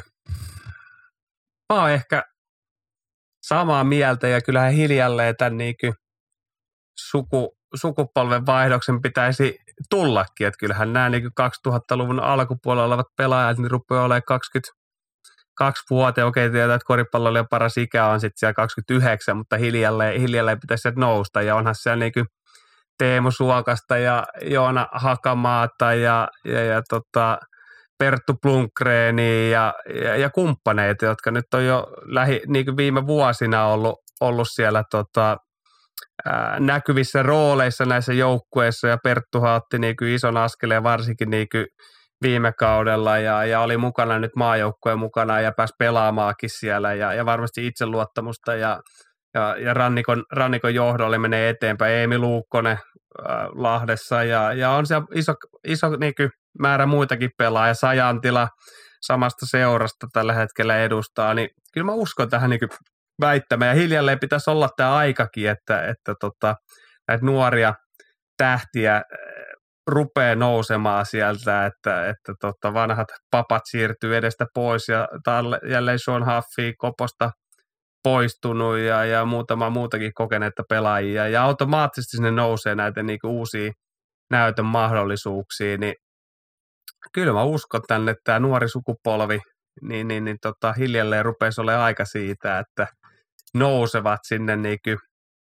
mä oon ehkä samaa mieltä, ja kyllähän hiljalleen tämän niinkö suku, sukupolven vaihdoksen pitäisi tullakin, että kyllähän nämä niin kaksituhattaluvun alkupuolella olevat pelaajat niin rupeaa olemaan kaksikymmentäkaksi vuotta. Okei, tietää, että koripalloilijan paras ikä on sitten siellä kaksikymmentäyhdeksän, mutta hiljalleen, hiljalleen pitäisi sieltä nousta. Ja onhan siellä niin Teemu Suokasta ja Joona Hakamaata ja, ja, ja tota, Perttu Blomgreenia ja, ja, ja kumppaneita, jotka nyt on jo lähi, niin viime vuosina ollut, ollut siellä tota, näkyvissä rooleissa näissä joukkueissa, ja Perttuhan otti niin kuin ison askeleen varsinkin niin kuin viime kaudella ja, ja oli mukana nyt maajoukkueen mukana ja pääsi pelaamaankin siellä ja, ja varmasti itseluottamusta ja, ja, ja rannikon, rannikon johdolle menee eteenpäin. Eemi Luukkonen äh, Lahdessa ja, ja on siellä iso, iso niin kuin määrä muitakin pelaajia. Sajantila samasta seurasta tällä hetkellä edustaa, niin kyllä mä uskon tähän niin kuin väittämään. Ja hiljalleen pitäisi olla tämä aikakin, että, että tota, näitä nuoria tähtiä rupeaa nousemaan sieltä, että, että tota, vanhat papat siirtyy edestä pois ja talle, jälleen Sean Huffy Koposta poistunut ja, ja muutama muutakin kokeneita pelaajia. Ja automaattisesti sinne nousee näitä niinku uusia näytön mahdollisuuksia, niin kyllä mä uskon tänne, että tämä nuori sukupolvi niin, niin, niin tota, hiljalleen rupeisi olemaan aika siitä, että nousevat sinne niinku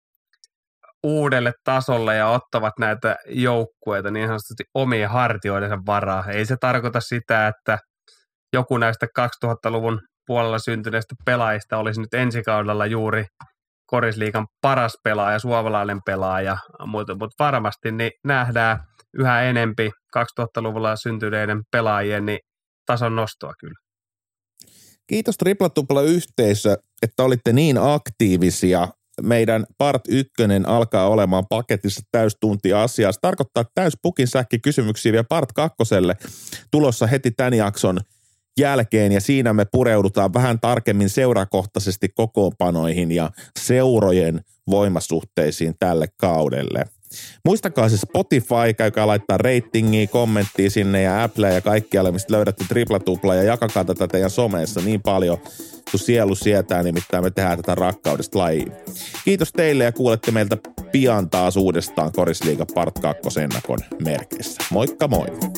uudelle tasolle ja ottavat näitä joukkueita niin sanotusti omien hartioidensa varaa. Ei se tarkoita sitä, että joku näistä kaksituhattaluvun puolella syntyneistä pelaajista olisi nyt ensi kaudella juuri korisliigan paras pelaaja, suomalainen pelaaja, mutta, mutta varmasti niin nähdään yhä enempi kaksituhattaluvulla syntyneiden pelaajien niin tason nostoa kyllä.
Kiitos Tripla Tupla yhteisö, että olitte niin aktiivisia. Meidän part ykkönen alkaa olemaan paketissa täystunti asiaa. Se tarkoittaa, että täyspukin säkki kysymyksiä vielä part kakkoselle tulossa heti tämän jakson jälkeen. Ja siinä me pureudutaan vähän tarkemmin seurakohtaisesti kokoonpanoihin ja seurojen voimasuhteisiin tälle kaudelle. Muistakaa se Spotify, käykää laittaa ratingia, kommenttia sinne ja Apple ja kaikkialle, mistä löydätte Tripla Tupla ja jakakaa tätä teidän someessa niin paljon, kun sielu sietää, nimittäin me tehdään tätä rakkaudesta lajia. Kiitos teille ja kuulette meiltä pian taas uudestaan Korisliiga part kaksi ennakon merkeissä. Moikka moi!